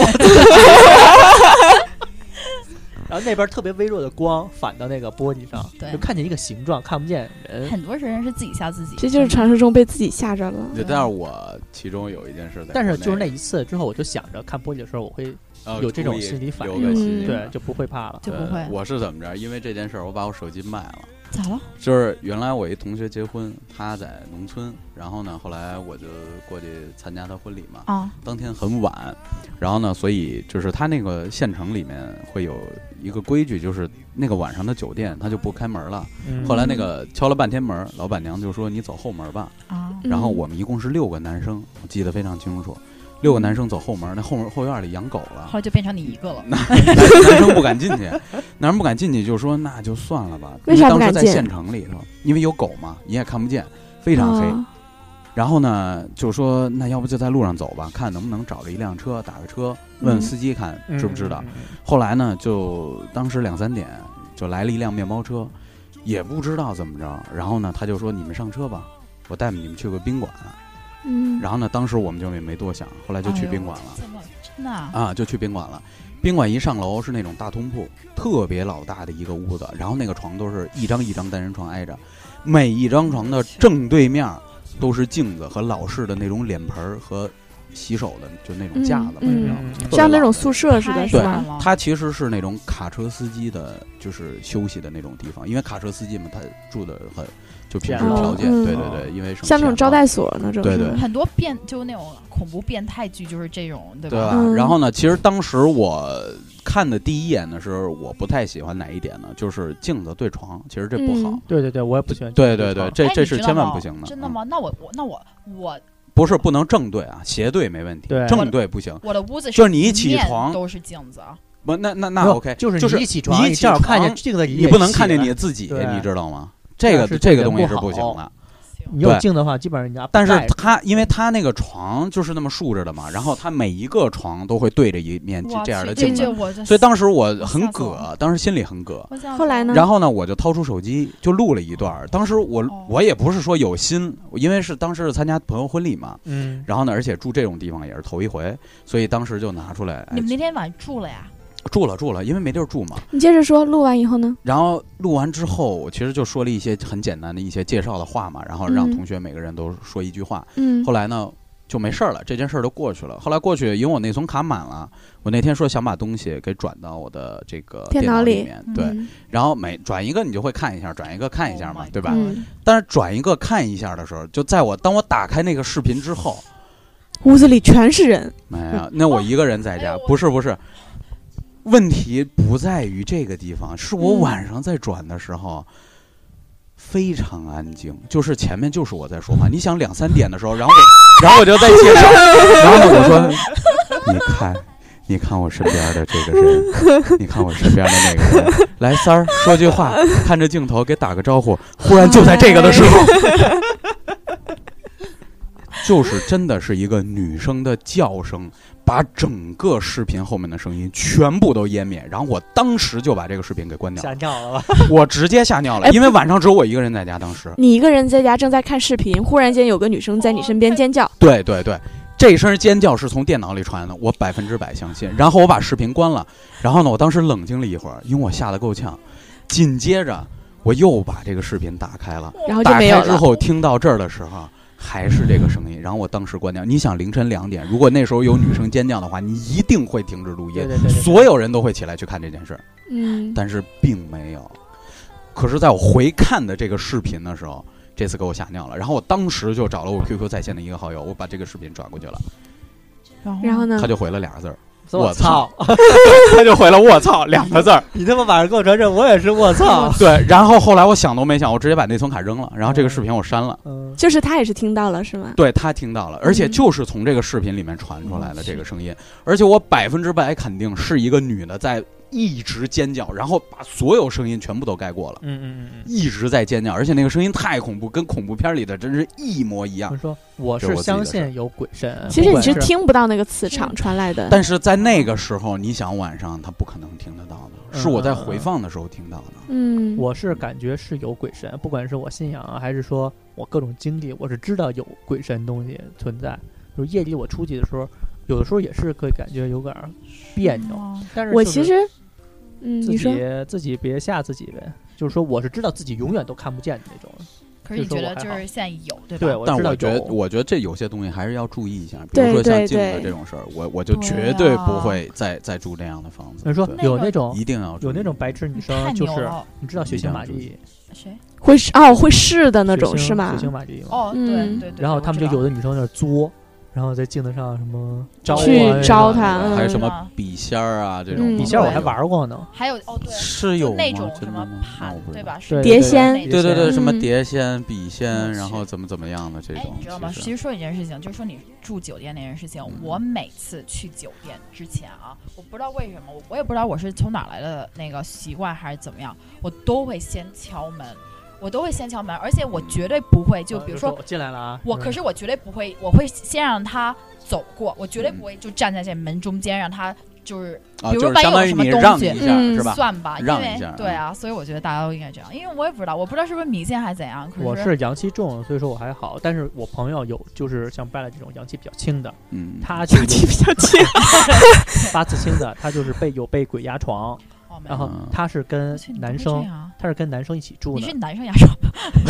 然后那边特别微弱的光反到那个玻璃上，就看见一个形状，看不见人。
很多人是自己吓自己，
这就是传说中被自己吓着了。
对，但是我其中有一件事在，
但是就是那一次之后，我就想着看玻璃的时候，我会有这种心理反应，
嗯、
对，就不会怕了，
就不会。
我是怎么着？因为这件事儿，我把我手机卖了。
咋了？
就是原来我一同学结婚，他在农村，然后呢，后来我就过去参加他婚礼嘛。
啊，
当天很晚，然后呢，所以就是他那个县城里面会有一个规矩，就是那个晚上的酒店他就不开门了。
嗯、
后来那个敲了半天门，老板娘就说你走后门吧。
啊，
然后我们一共是六个男生，我记得非常清楚。六个男生走后门，那后门后院里养狗了，
后来就变成你一个了。
男男生不敢进去，男生不敢进去，就说那就算了吧。
为啥不敢
进？当时在县城里头，因为有狗嘛，你也看不见，非常黑。哦、然后呢，就说那要不就在路上走吧，看能不能找着一辆车，打个车，问问司机看知不知道。
嗯、
后来呢，就当时两三点就来了一辆面包车，也不知道怎么着。然后呢，他就说你们上车吧，我带你们去个宾馆。
嗯，
然后呢，当时我们就也没多想，后来就去宾馆了。
哎、真的啊？
啊，就去宾馆了。宾馆一上楼是那种大通铺，特别老大的一个屋子，然后那个床都是一张一张单人床挨着，每一张床的正对面都是镜子和老式的那种脸盆和洗手的就那种架子，
嗯
嗯、
像那种宿舍似的，是吧？
对，它其实是那种卡车司机的，就是休息的那种地方，因为卡车司机们他住的很。就平时条件，
嗯、
对对对，因为
像那种招待所那种，
对对，
很多变就那种恐怖变态剧就是这种，对吧？
对吧？嗯、然后呢，其实当时我看的第一眼的时候，我不太喜欢哪一点呢？就是镜子对床，其实这不好。
嗯、对对对，我也不喜欢。
对对对，这这是千万不行的。
真的吗？那我我那我我
不是不能正对啊，斜对没问题，
对
正对不行。
我的屋子
就是你一起床
都是镜子啊。
不，那那那 OK，
就是
就是
你一起床，
你
正好看见镜子里，
你不能看见你自己，你知道吗？这个这个东西是不行的。
你有镜的话，基本上人家。
但是他因为他那个床就是那么竖着的嘛，然后他每一个床都会对着一面这样的镜子，所以当时我很葛，当时心里很葛。
后来呢？
然后呢，我就掏出手机就录了一段。当时我我也不是说有心，因为是当时是参加朋友婚礼嘛，
嗯，
然后呢，而且住这种地方也是头一回，所以当时就拿出来。
你们那天晚上住了呀？
住了住了，因为没地儿住嘛。
你接着说，录完以后呢？
然后录完之后，我其实就说了一些很简单的一些介绍的话嘛，然后让同学每个人都说一句话。
嗯。
后来呢就没事了，这件事儿就过去了。后来过去，因为我内存卡满了，我那天说想把东西给转到我的这个电脑里面，对。
嗯、
然后每转一个你就会看一下，转一个看一下嘛，
oh、
对吧？
嗯、
但是转一个看一下的时候，就在我当我打开那个视频之后，
屋子里全是人。
没有，那我一个人在家，不是不是。问题不在于这个地方，是我晚上在转的时候、嗯、非常安静，就是前面就是我在说话。你想两三点的时候，然后我，然后我就在介绍，然后呢我说，你看，你看我身边的这个人，你看我身边的那个人，来三儿说句话，看着镜头给打个招呼。忽然就在这个的时候，就是真的是一个女生的叫声。把整个视频后面的声音全部都湮灭，然后我当时就把这个视频给关掉了。
吓尿了吧？
我直接吓尿了，因为晚上只有我一个人在家。当时
你一个人在家正在看视频，忽然间有个女生在你身边尖叫。
对对对，这声尖叫是从电脑里传的，我百分之百相信。然后我把视频关了，然后呢，我当时冷静了一会儿，因为我吓得够呛。紧接着我又把这个视频打开了，
然后就没有了。
打开之后听到这儿的时候。还是这个声音，然后我当时关掉。你想凌晨两点，如果那时候有女生尖叫的话，你一定会停止录音，
对对对对，
所有人都会起来去看这件事。
嗯，
但是并没有。 可是在我回看的这个视频的时候，这次给我吓尿了。然后我当时就找了我 Q Q 在线的一个好友，我把这个视频转过去了，
然后呢，
他就回了俩字儿。
我操！
他就回了我操两个字儿。
你他妈晚上给我传这，我也是我操。
对，然后后来我想都没想，我直接把内存卡扔了，然后这个视频我删了。
嗯，
就是他也是听到了是吗？
对，他听到了，而且就是从这个视频里面传出来的这个声音，而且我百分之百肯定是一个女的在一直尖叫，然后把所有声音全部都盖过了。
嗯嗯嗯，
一直在尖叫，而且那个声音太恐怖，跟恐怖片里的真是一模一样。
我说我是相信有鬼神，
其实你是听不到那个磁场传来的，
但是在那个时候，你想晚上他不可能听得到的，是我在回放的时候听到的。
嗯，
我是感觉是有鬼神，不管是我信仰啊，还是说我各种经历，我是知道有鬼神东西存在。就是夜里我出去的时候，有的时候也是可以感觉有点别扭，但是
我其实。嗯，
自己自己别吓自己呗，就是说我是知道自己永远都看不见的那种。
可是你觉得就是现在有对吧？
对，
但我觉得我觉得这有些东西还是要注意一下，比如说像镜子这种事儿，我我就绝对不会再再住这样的房子。
你说有那种
一定要
有那种白痴女生，就是你知道血腥玛丽
谁
会哦会试的那种是吗？
血腥玛丽
哦，对对对。
然后他们就有的女生在那作。然后在镜子上什么招啊，
去招他，
还有什么笔仙儿啊这种。
笔仙我还玩过呢。
还有哦对，
是有
那种什么盘对吧？
碟仙，
对对对，什么碟仙、笔仙，然后怎么怎么样的这种。
你知道吗？其实说一件事情，就是说你住酒店那件事情，我每次去酒店之前啊，我不知道为什么，我也不知道我是从哪来的那个习惯还是怎么样，我都会先敲门。我都会先敲门，而且我绝对不会就比如说
我进来了啊，
我可是我绝对不会，我会先让他走过，我绝对不会就站在这门中间让他就是比如说万一有什么东西，
嗯，
算吧，因为
一下
对啊，所以我觉得大家都应该这样，因为我也不知道，我不知道是不是迷信还是怎样。可是
我是阳气重，所以说我还好，但是我朋友有就是像拜了这种阳气比较轻的，
嗯，
他
阳气比较轻，
八字轻的，他就是被有被鬼压床。然后他是跟男生，他是跟男生一起住的。
你是男生压床？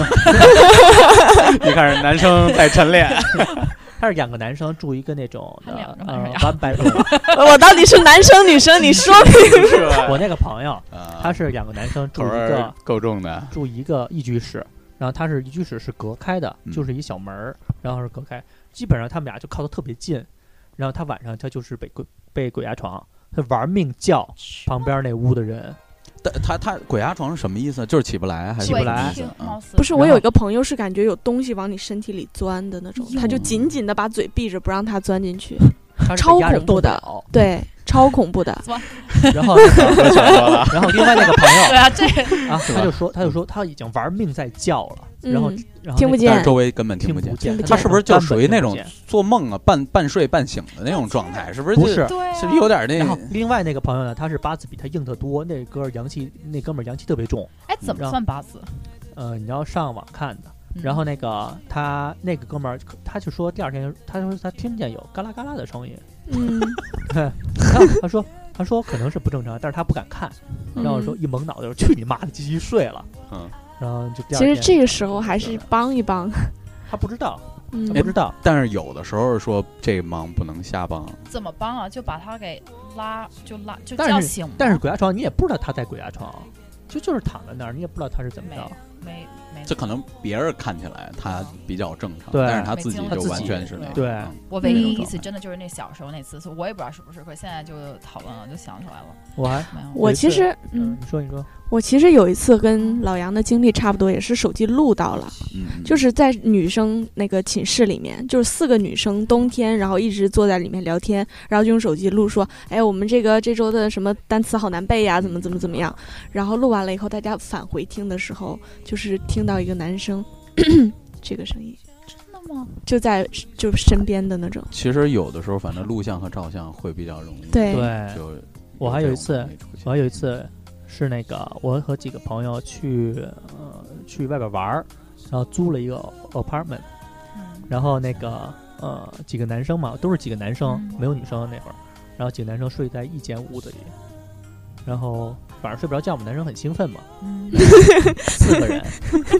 你看是男生带晨练，
他是两个男生住一个那种的呃 one
bedroom。我到底是男生女生？你说明
是。我那个朋友，他是两个男生住一个
够重的，
住一个一居室，然后他是一居室是隔开的，就是一小门儿，然后是隔开，基本上他们俩就靠得特别近，然后他晚上他就是被鬼被鬼压床。他玩命叫旁边那屋的人，
但他他鬼压床是什么意思？就是起不来还是
起不来？
不是，我有一个朋友是感觉有东西往你身体里钻的那种，他就紧紧的把嘴闭着不让他钻进去，超恐怖的，对，超恐怖的。
然后、那个，然后另外那个朋友，
对啊，这
啊，他就说他就说他已经玩命在叫了，然后、
嗯、
然后、那个、
听不见，
但是周围根本听不见。
听不见
他是不是就属于那种做梦啊，半半睡半醒的那种状态？是不是？
不是，
是不是有点那？
然后另外那个朋友呢，他是八字比他硬得多，那哥阳气，那哥们儿阳气特别重。
哎，怎么算八字？
呃，你要上网看的。然后那个他那个哥们儿，他就说第二天，他说他听见有嘎啦嘎啦的声音。
嗯，
他说他说可能是不正常，但是他不敢看。然后说一蒙脑袋，说去你妈的，继续睡了。
嗯，
然后就第二天。
其实这个时候还是帮一帮。
他不知道，
嗯，
他不知道。
但是有的时候说这个忙不能瞎帮。
怎么帮啊？就把他给拉，就拉，就叫醒。
但是鬼压床，你也不知道他在鬼压床，就就是躺在那儿，你也不知道他是怎么着。
没。
这可能别人看起来他比较正常，
对，
但是他自己就完全是那
样。对，
我唯一一次真的就是那小时候那次，我也不知道是不是，可现在就讨论了，就想起来了。
我还
没有，
我其实嗯，
你说你说，
我其实有一次跟老杨的经历差不多，也是手机录到了，
嗯，
就是在女生那个寝室里面，就是四个女生冬天，然后一直坐在里面聊天，然后就用手机录说，哎，我们这个这周的什么单词好难背呀，怎么怎么怎么样。然后录完了以后，大家返回听的时候，就是听到一个男生这个声音。
真的吗？
就在就身边的那种。
其实有的时候，反正录像和照相会比较容易。
对
对，
就
我还有一次，我还有一次是那个我和几个朋友去呃去外边玩儿，然后租了一个 apartment，、嗯、然后那个呃几个男生嘛，都是几个男生，嗯、没有女生那会儿，然后几个男生睡在一间屋子里，然后晚上睡不着觉，我们男生很兴奋嘛，嗯、四个人，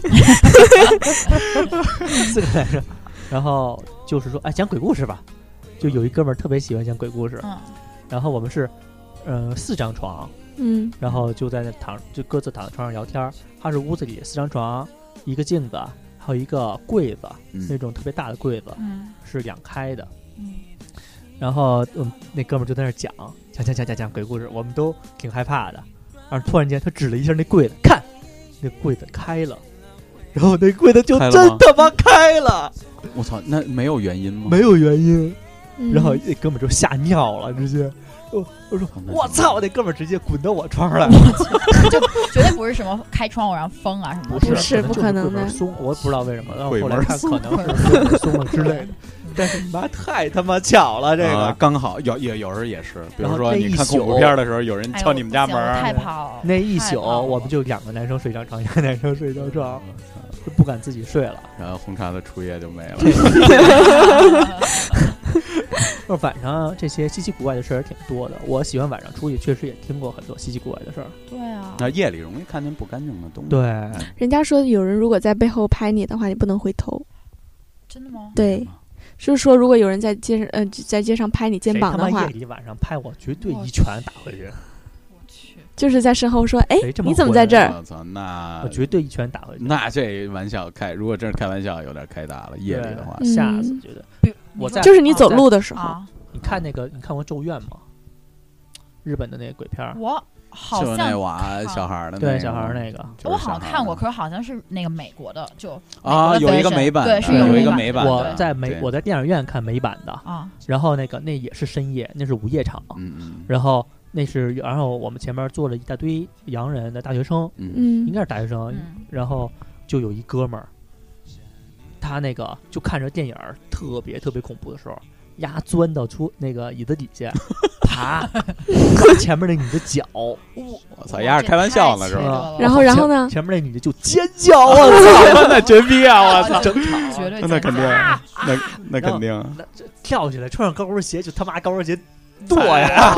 四个男生，然后就是说，哎，讲鬼故事吧，就有一哥们儿特别喜欢讲鬼故事，
嗯、
然后我们是呃四张床。
嗯，
然后就在那躺，就各自躺在床上聊天。他是屋子里四张床，一个镜子，还有一个柜子，
嗯、
那种特别大的柜子，
嗯，
是两开的。
嗯，
然后嗯，那哥们儿就在那讲讲讲讲讲讲鬼故事，我们都挺害怕的。然后突然间他指了一下那柜子，看，那柜子开了，然后那柜子就真他妈开了。
我操，那没有原因吗？
没有原因。
嗯、
然后那哥们儿就吓尿了，直接。我我说我操！那哥们儿直接滚到我床上来，
就绝对不是什么开窗户让风啊什么的，
不
是不可能的。
松，我不知道为什么，然后后来看可能是柜门松了之类的。但是你妈太他妈巧了，这个、
呃、刚好有有有时也是，比如说你看恐怖片的时候，有人敲你们家门，
哎、太怕了。
那一宿我们就两个男生睡张床，一个男生睡张床，就不敢自己睡了。
然后红茶的初夜就没了。
晚上这些稀奇古怪的事儿挺多的，我喜欢晚上出去，确实也听过很多稀奇古怪的事儿。
对啊，
那夜里容易看见不干净的东西。
对，
人家说有人如果在背后拍你的话，你不能回头。
真的吗？
对，就是说如果有人在街上呃在街上拍你肩膀的话，
夜里晚上拍我，绝对一拳打回去。
我去，
就是在身后说，哎，你怎么在这儿？
我操，那
我绝对一拳打回去。
那这玩笑开，如果真是开玩笑，有点开大了。夜里的话，
吓死，觉得。我在
就是你走路的时候，
啊、
你看那个，你看过《咒怨》吗？日本的那个鬼片，
我好像
就那娃小孩的，
对小孩那个，
我好像看过，可是好像是那个美国的，就
啊，有一个美版，
对，是
有
一
个美版。
我在美，我在电影院看美版的
啊，
然后那个那也是深夜，那是午夜场，
嗯嗯，
然后那是，然后我们前面坐了一大堆洋人的大学生，
嗯，
应该是大学生，
嗯、
然后就有一哥们儿。他那个就看着电影特别特别恐怖的时候，丫钻到出那个椅子底下爬，前面那女的脚，
我操，丫是开玩笑呢是吧？
然后然后呢，
前面那女的就尖叫，我操，
那绝逼啊！我操，
整场
绝对
那肯定，那那肯定，
那跳起来穿上高跟鞋就他妈高跟鞋跺呀！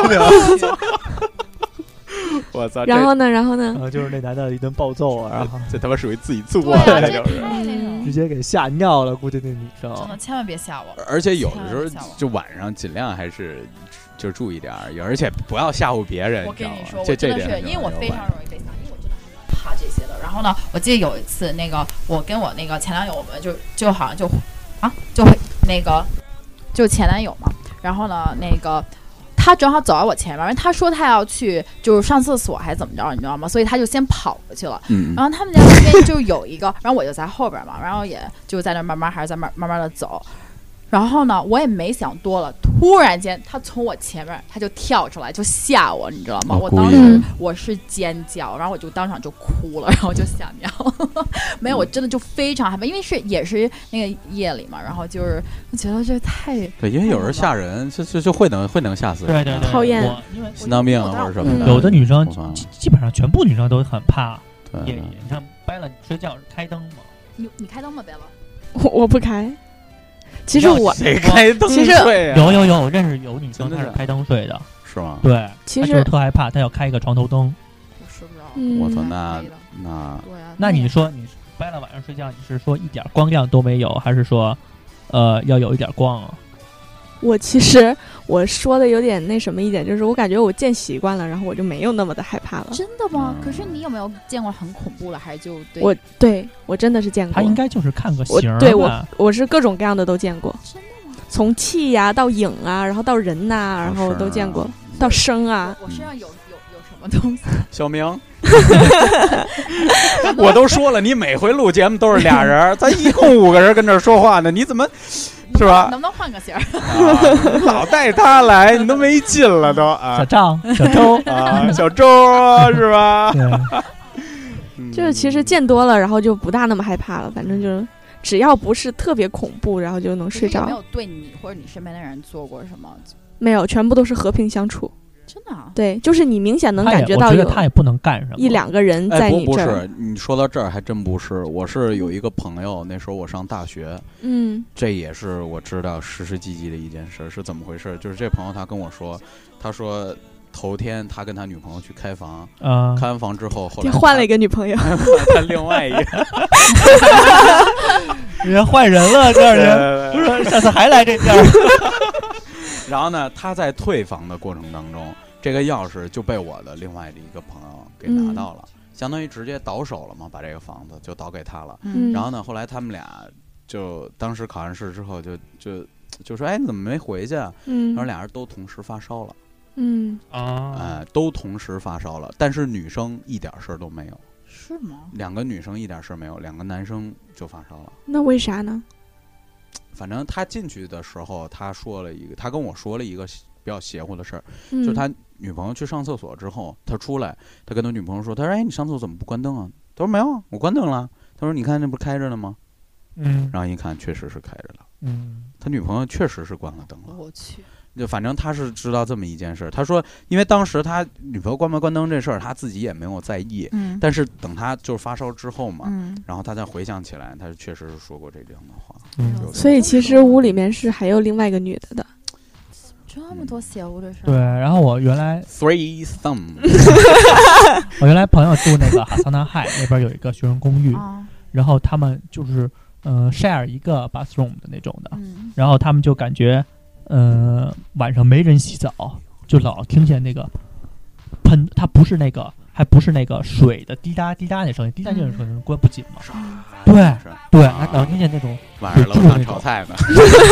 我操！
然后呢？然后呢？
然后就是那男的一顿暴揍啊，然后
这他妈属于自己作的，这就是
直接给吓尿了，估计那女生
真的千万别吓我。
而且有的时候就晚上尽量还是就注意点，而且不要吓唬别人。
我跟你说，
这
我真的是因为我非常容易被吓，因为我真的很怕这些的。然后呢，我记得有一次，那个我跟我那个前男友，我们就就好像就啊就会那个就前男友嘛，然后呢那个。他正好走到我前面，因为他说他要去就是上厕所还是怎么着，你知道吗？所以他就先跑过去了。
嗯、
然后他们家那边就有一个，然后我就在后边嘛，然后也就在那慢慢还是在慢慢慢的走。然后呢，我也没想多了，突然间他从我前面他就跳出来，就吓我，你知道吗？我当时我是尖叫，然后我就当场就哭了，然后就吓尿了。没有，我真的就非常害怕，因为是也是那个夜里嘛，然后就是觉得这太
对，因为有人吓人，就就就会能会能吓死人，
对对对，
讨厌，
心脏病或者什么的。
有的女生基基本上全部女生都很怕夜里。你看，掰了你睡觉开灯吗？
你你开灯吗？掰了，
我我不开。其实我
谁开灯睡啊？
有有有，我认识有女生她是开灯睡的，
是吗？
对，
其实
就是特害怕，她要开一个床头灯。
我睡不着。
嗯、
我操，那那
对啊，
那你说你掰了晚上睡觉，你是说一点光亮都没有，还是说呃要有一点光啊？
我其实我说的有点那什么一点，就是我感觉我见习惯了，然后我就没有那么的害怕了。
真的吗？可是你有没有见过很恐怖的？还是就对
我对我真的是见过。
他应该就是看个形儿。
对我我是各种各样的都见过。
真的吗？
从气呀、啊、到影啊，然后到人呐、啊，然后都见过，到声啊。
我身上有有有什么东西？
小明，我都说了，你每回录节目都是俩人，咱一共五个人跟这说话呢，你怎么？是吧？
能不能换个型儿？
啊、老带他来，你都没劲了都啊！
小赵、小周
啊，小周是吧？
就是其实见多了，然后就不大那么害怕了。反正就是只要不是特别恐怖，然后就能睡着。
有没有对你或者你身边的人做过什么？
没有，全部都是和平相处。
真的、啊？
对，就是你明显能感觉到有，
他也不能干什么。
一两个人在你这儿、
哎。不, 不是，你说到这儿还真不是。我是有一个朋友，那时候我上大学，
嗯，
这也是我知道实实际际的一件事。是怎么回事？就是这朋友他跟我说，他说头天他跟他女朋友去开房，
嗯，
开完房之后，后来
换了一个女朋友，
他另外一个，
人家换人了，这人不是下次还来这地儿。
然后呢，他在退房的过程当中， 这个钥匙就被我的另外的一个朋友给拿到了，嗯、相当于直接倒手了嘛，把这个房子就倒给他了。
嗯、
然后呢，后来他们俩就当时考完试之后就就就说，哎，你怎么没回去啊？嗯，然后俩人都同时发烧了。
嗯
啊，呃，都同时发烧了，但是女生一点事儿都没有。
是吗？
两个女生一点事儿没有，两个男生就发烧了。
那为啥呢？
反正他进去的时候，他说了一个，他跟我说了一个比较邪乎的事儿，
嗯、
就是他女朋友去上厕所之后，他出来，他跟他女朋友说，他说：“哎，你上厕所怎么不关灯啊？”他说：“没有啊，我关灯了。”他说：“你看那不是开着呢吗？”
嗯，
然后一看，确实是开着了。
嗯，
他女朋友确实是关了灯了。
我去。
就反正他是知道这么一件事，他说，因为当时他女朋友关没关灯这事儿，他自己也没有在意。
嗯，
但是等他就是发烧之后嘛，
嗯，
然后他再回想起来，他确实是说过这样的话。
嗯，
所以其实屋里面是还有另外一个女的的。
这么多邪乎的事儿。
对，然后我原来
three thumb，
我原来朋友住那个哈桑纳海那边有一个学生公寓，
啊、
然后他们就是呃 share 一个 bathroom 的那种的，
嗯、
然后他们就感觉。呃，晚上没人洗澡，就老听见那个喷，它不是那个，还不是那个水的滴答滴答那声音，滴答那声音关不紧嘛。
嗯、
对对，还老听见那种
晚上楼上炒菜呢，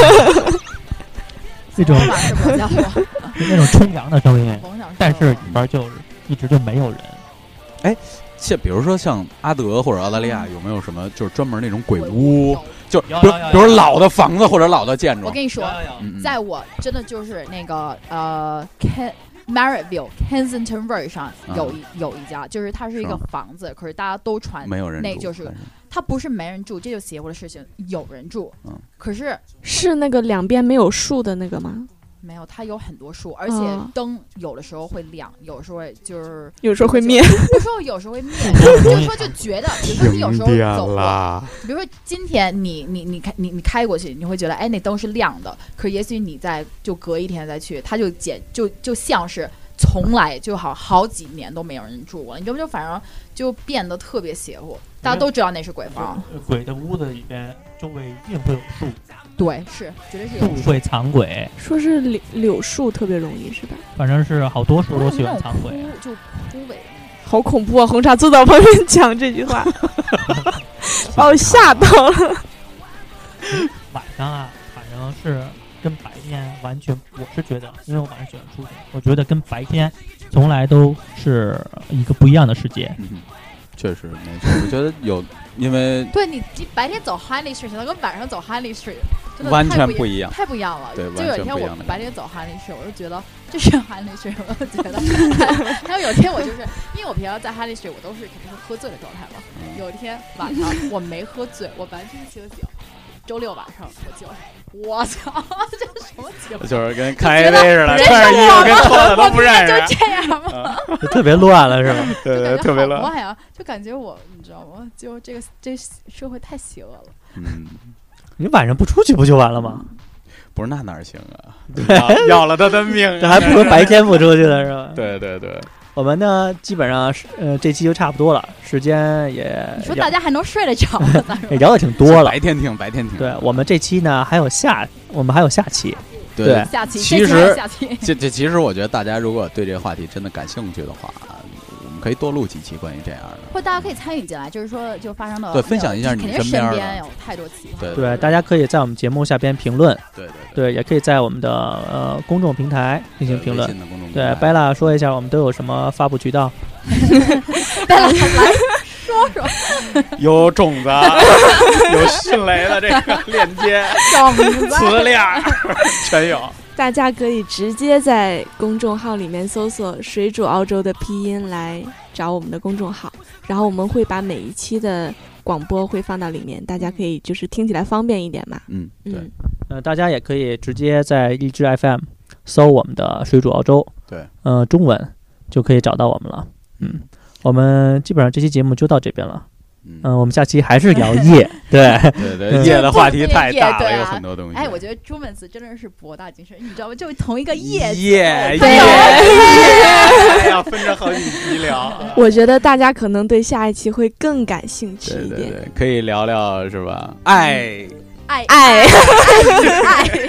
那种那种冲凉的声音，但是里边就是一直就没有人。
哎，像比如说像阿德或者澳大利亚，有没有什么就是专门那种鬼屋？就比如比如老的房子或者老的建筑，
我跟你说，在我真的就是那个呃 Ken Marriottville Kensington Road 上有一、嗯、有一家，就是它是一个房子，可是大家都传
没有人住，
那就是它不是没人住，这就邪乎的事情，有人住，
嗯，
可是
是那个两边没有树的那个吗？
没有，它有很多树，而且灯有的时候会亮，有时候就是
有时候会灭，
有时候有时候会灭。就是说就觉得，比如说你有时候走过，比如说今天你你你开你你开过去，你会觉得哎那灯是亮的，可是也许你再就隔一天再去，它就减就就像是从来就好好几年都没有人住过，你知道不？就反正就变得特别邪乎，大家都知道那是鬼房。
鬼的屋子里边周围一定会有树。
对，是绝对是有
树会藏鬼，
说是柳柳树特别容易是吧？
反正是好多树都喜欢藏鬼，
就枯萎。
好恐怖啊！红茶坐到旁边讲这句话，把我吓到了。
晚上啊，反正是跟白天完全，我是觉得，因为我晚上喜欢出去，我觉得跟白天从来都是一个不一样的世界。
嗯，确实没错，我觉得有。因为
对你白天走 Harley Street 跟晚上走 Harley Street 真的
完全不一样，
太不一样了。
对，
就有一天我白天走 Harley Street， 我就觉得这是 Harley Street， 我就觉得。还有有一天我就是因为我平常在 Harley Street 我都是肯定是喝醉的状态嘛。嗯、有一天晚上我没喝醉，我完全清醒。周六晚上我就，我操，这是什么情况？
就是跟看 A V 似的，穿着衣服跟脱了都不认识，
就这样吗？
就特别乱了是吧？
对对，特别乱。
乱呀，就感觉我，你知道吗？就这个这社会太邪恶了。
嗯，
你晚上不出去不就完了吗？
不是，那哪行啊？对，要了他的命，
这还不如白天不出去了是吧？
对对对。
我们呢，基本上是呃，这期就差不多了，时间也
你说大家还能睡得着吗？
也聊的挺多了，
白天听，白天听。
对我们这期呢，还有下，我们还有下期。
对，
下期
其实
下期
这这其实我觉得大家如果对这个话题真的感兴趣的话，我们可以多录几期关于这样的，
或大家可以参与进来，就是说就发生的
对，分享一下你
身边的，肯定身边有太多奇葩。
对
对，大家可以在我们节目下边评论，
对对
对，也可以在我们的呃公众平台进行评论。对，贝拉说一下我们都有什么发布渠道。
贝拉来说说，
有种子，有迅雷的这个链接，词链全有。
大家可以直接在公众号里面搜索水煮澳洲的拼音来找我们的公众号，然后我们会把每一期的广播会放到里面，大家可以就是听起来方便一点嘛。
嗯，对。
嗯、
呃，大家也可以直接在荔枝 F M 搜我们的水煮澳洲，
对，
呃，中文就可以找到我们了。嗯，我们基本上这期节目就到这边了。嗯、呃，我们下期还是聊夜，对
对对，夜的话题太大了，有很多东西。
哎，我觉得朱本斯真的是博大精深，你知道吗？就同一个夜
夜夜
夜，
要分着好几集聊。
我觉得大家可能对下一期会更感兴趣一点，
对对对，可以聊聊是吧？爱
爱
爱
爱爱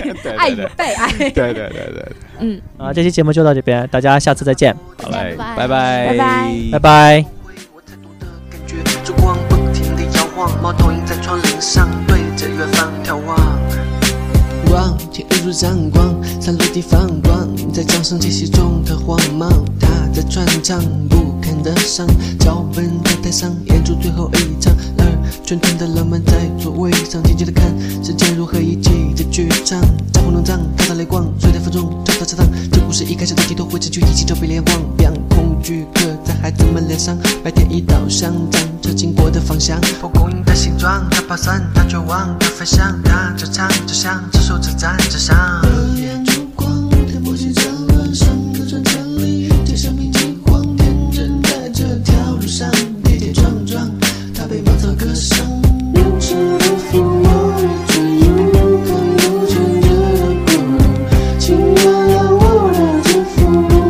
爱与被爱。
对对对对。
嗯
啊，这期节目就到这边，大家下次再见。
好嘞，
拜拜
拜
拜
拜拜。
烛光不停地摇晃，猫头鹰在窗棂上对着远方眺望。望天日出闪光，散落地放光，在掌声气息中的慌忙。他在传唱，不堪的伤，脚本在台上演出最后一场，而全团的人们在座位上静静地看时间如何一起在剧场。战火笼罩，看到泪光，水在风中跳到操场。这故事一开始的镜头会失去一起就被连忘，让恐惧刻在孩子们脸上。白天一道香，站着经过的方向，蒲公英的形状，它跑散，它绝望，它飞翔，它就唱着响，这首只站着上。热烈烛光，天波西战乱，上个转千里，街上明金黄，天真在这条路上跌跌撞撞，它被芒草割伤。人生的父母追逐，看不见这的孤独，请原谅我的这父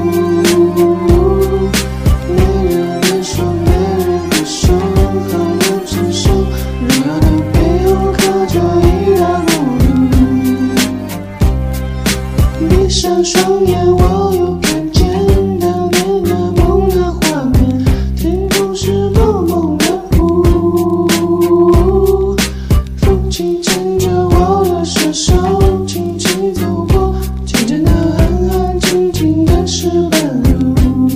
母。没人能说，没人不说，好难承受，荣耀的背后靠着一大孤独。闭上双眼，我又看见当年的梦的画面，天空是梦梦的湖，风轻牵着我的双手，轻轻走过清晨的安安静静的石板路。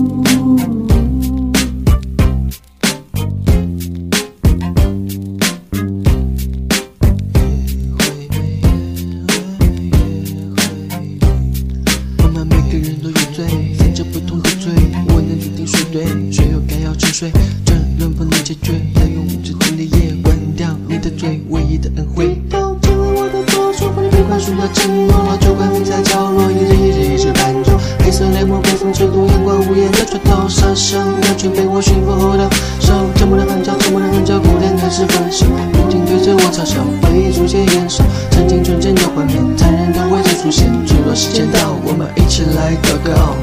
我们每个人都有罪，犯着不同的罪，我能决定谁对，谁又该要沉睡，争论不能解决，要用指尖的夜关掉你的嘴，唯一的恩惠。都成为我的左手，帮你被宽恕的承诺，老酒馆伏在角落，一日一日一直伴奏，黑色雷蒙被风吹动，阳光无言的船头，杀伤鸟群被我驯服后的手，沉默的很久，沉默的很久，孤单开始分手，不停对着我嘲笑，回忆逐渐延烧，曾经纯真的画面，残忍的未曾出现，脆弱时间到，我们一起来祷告。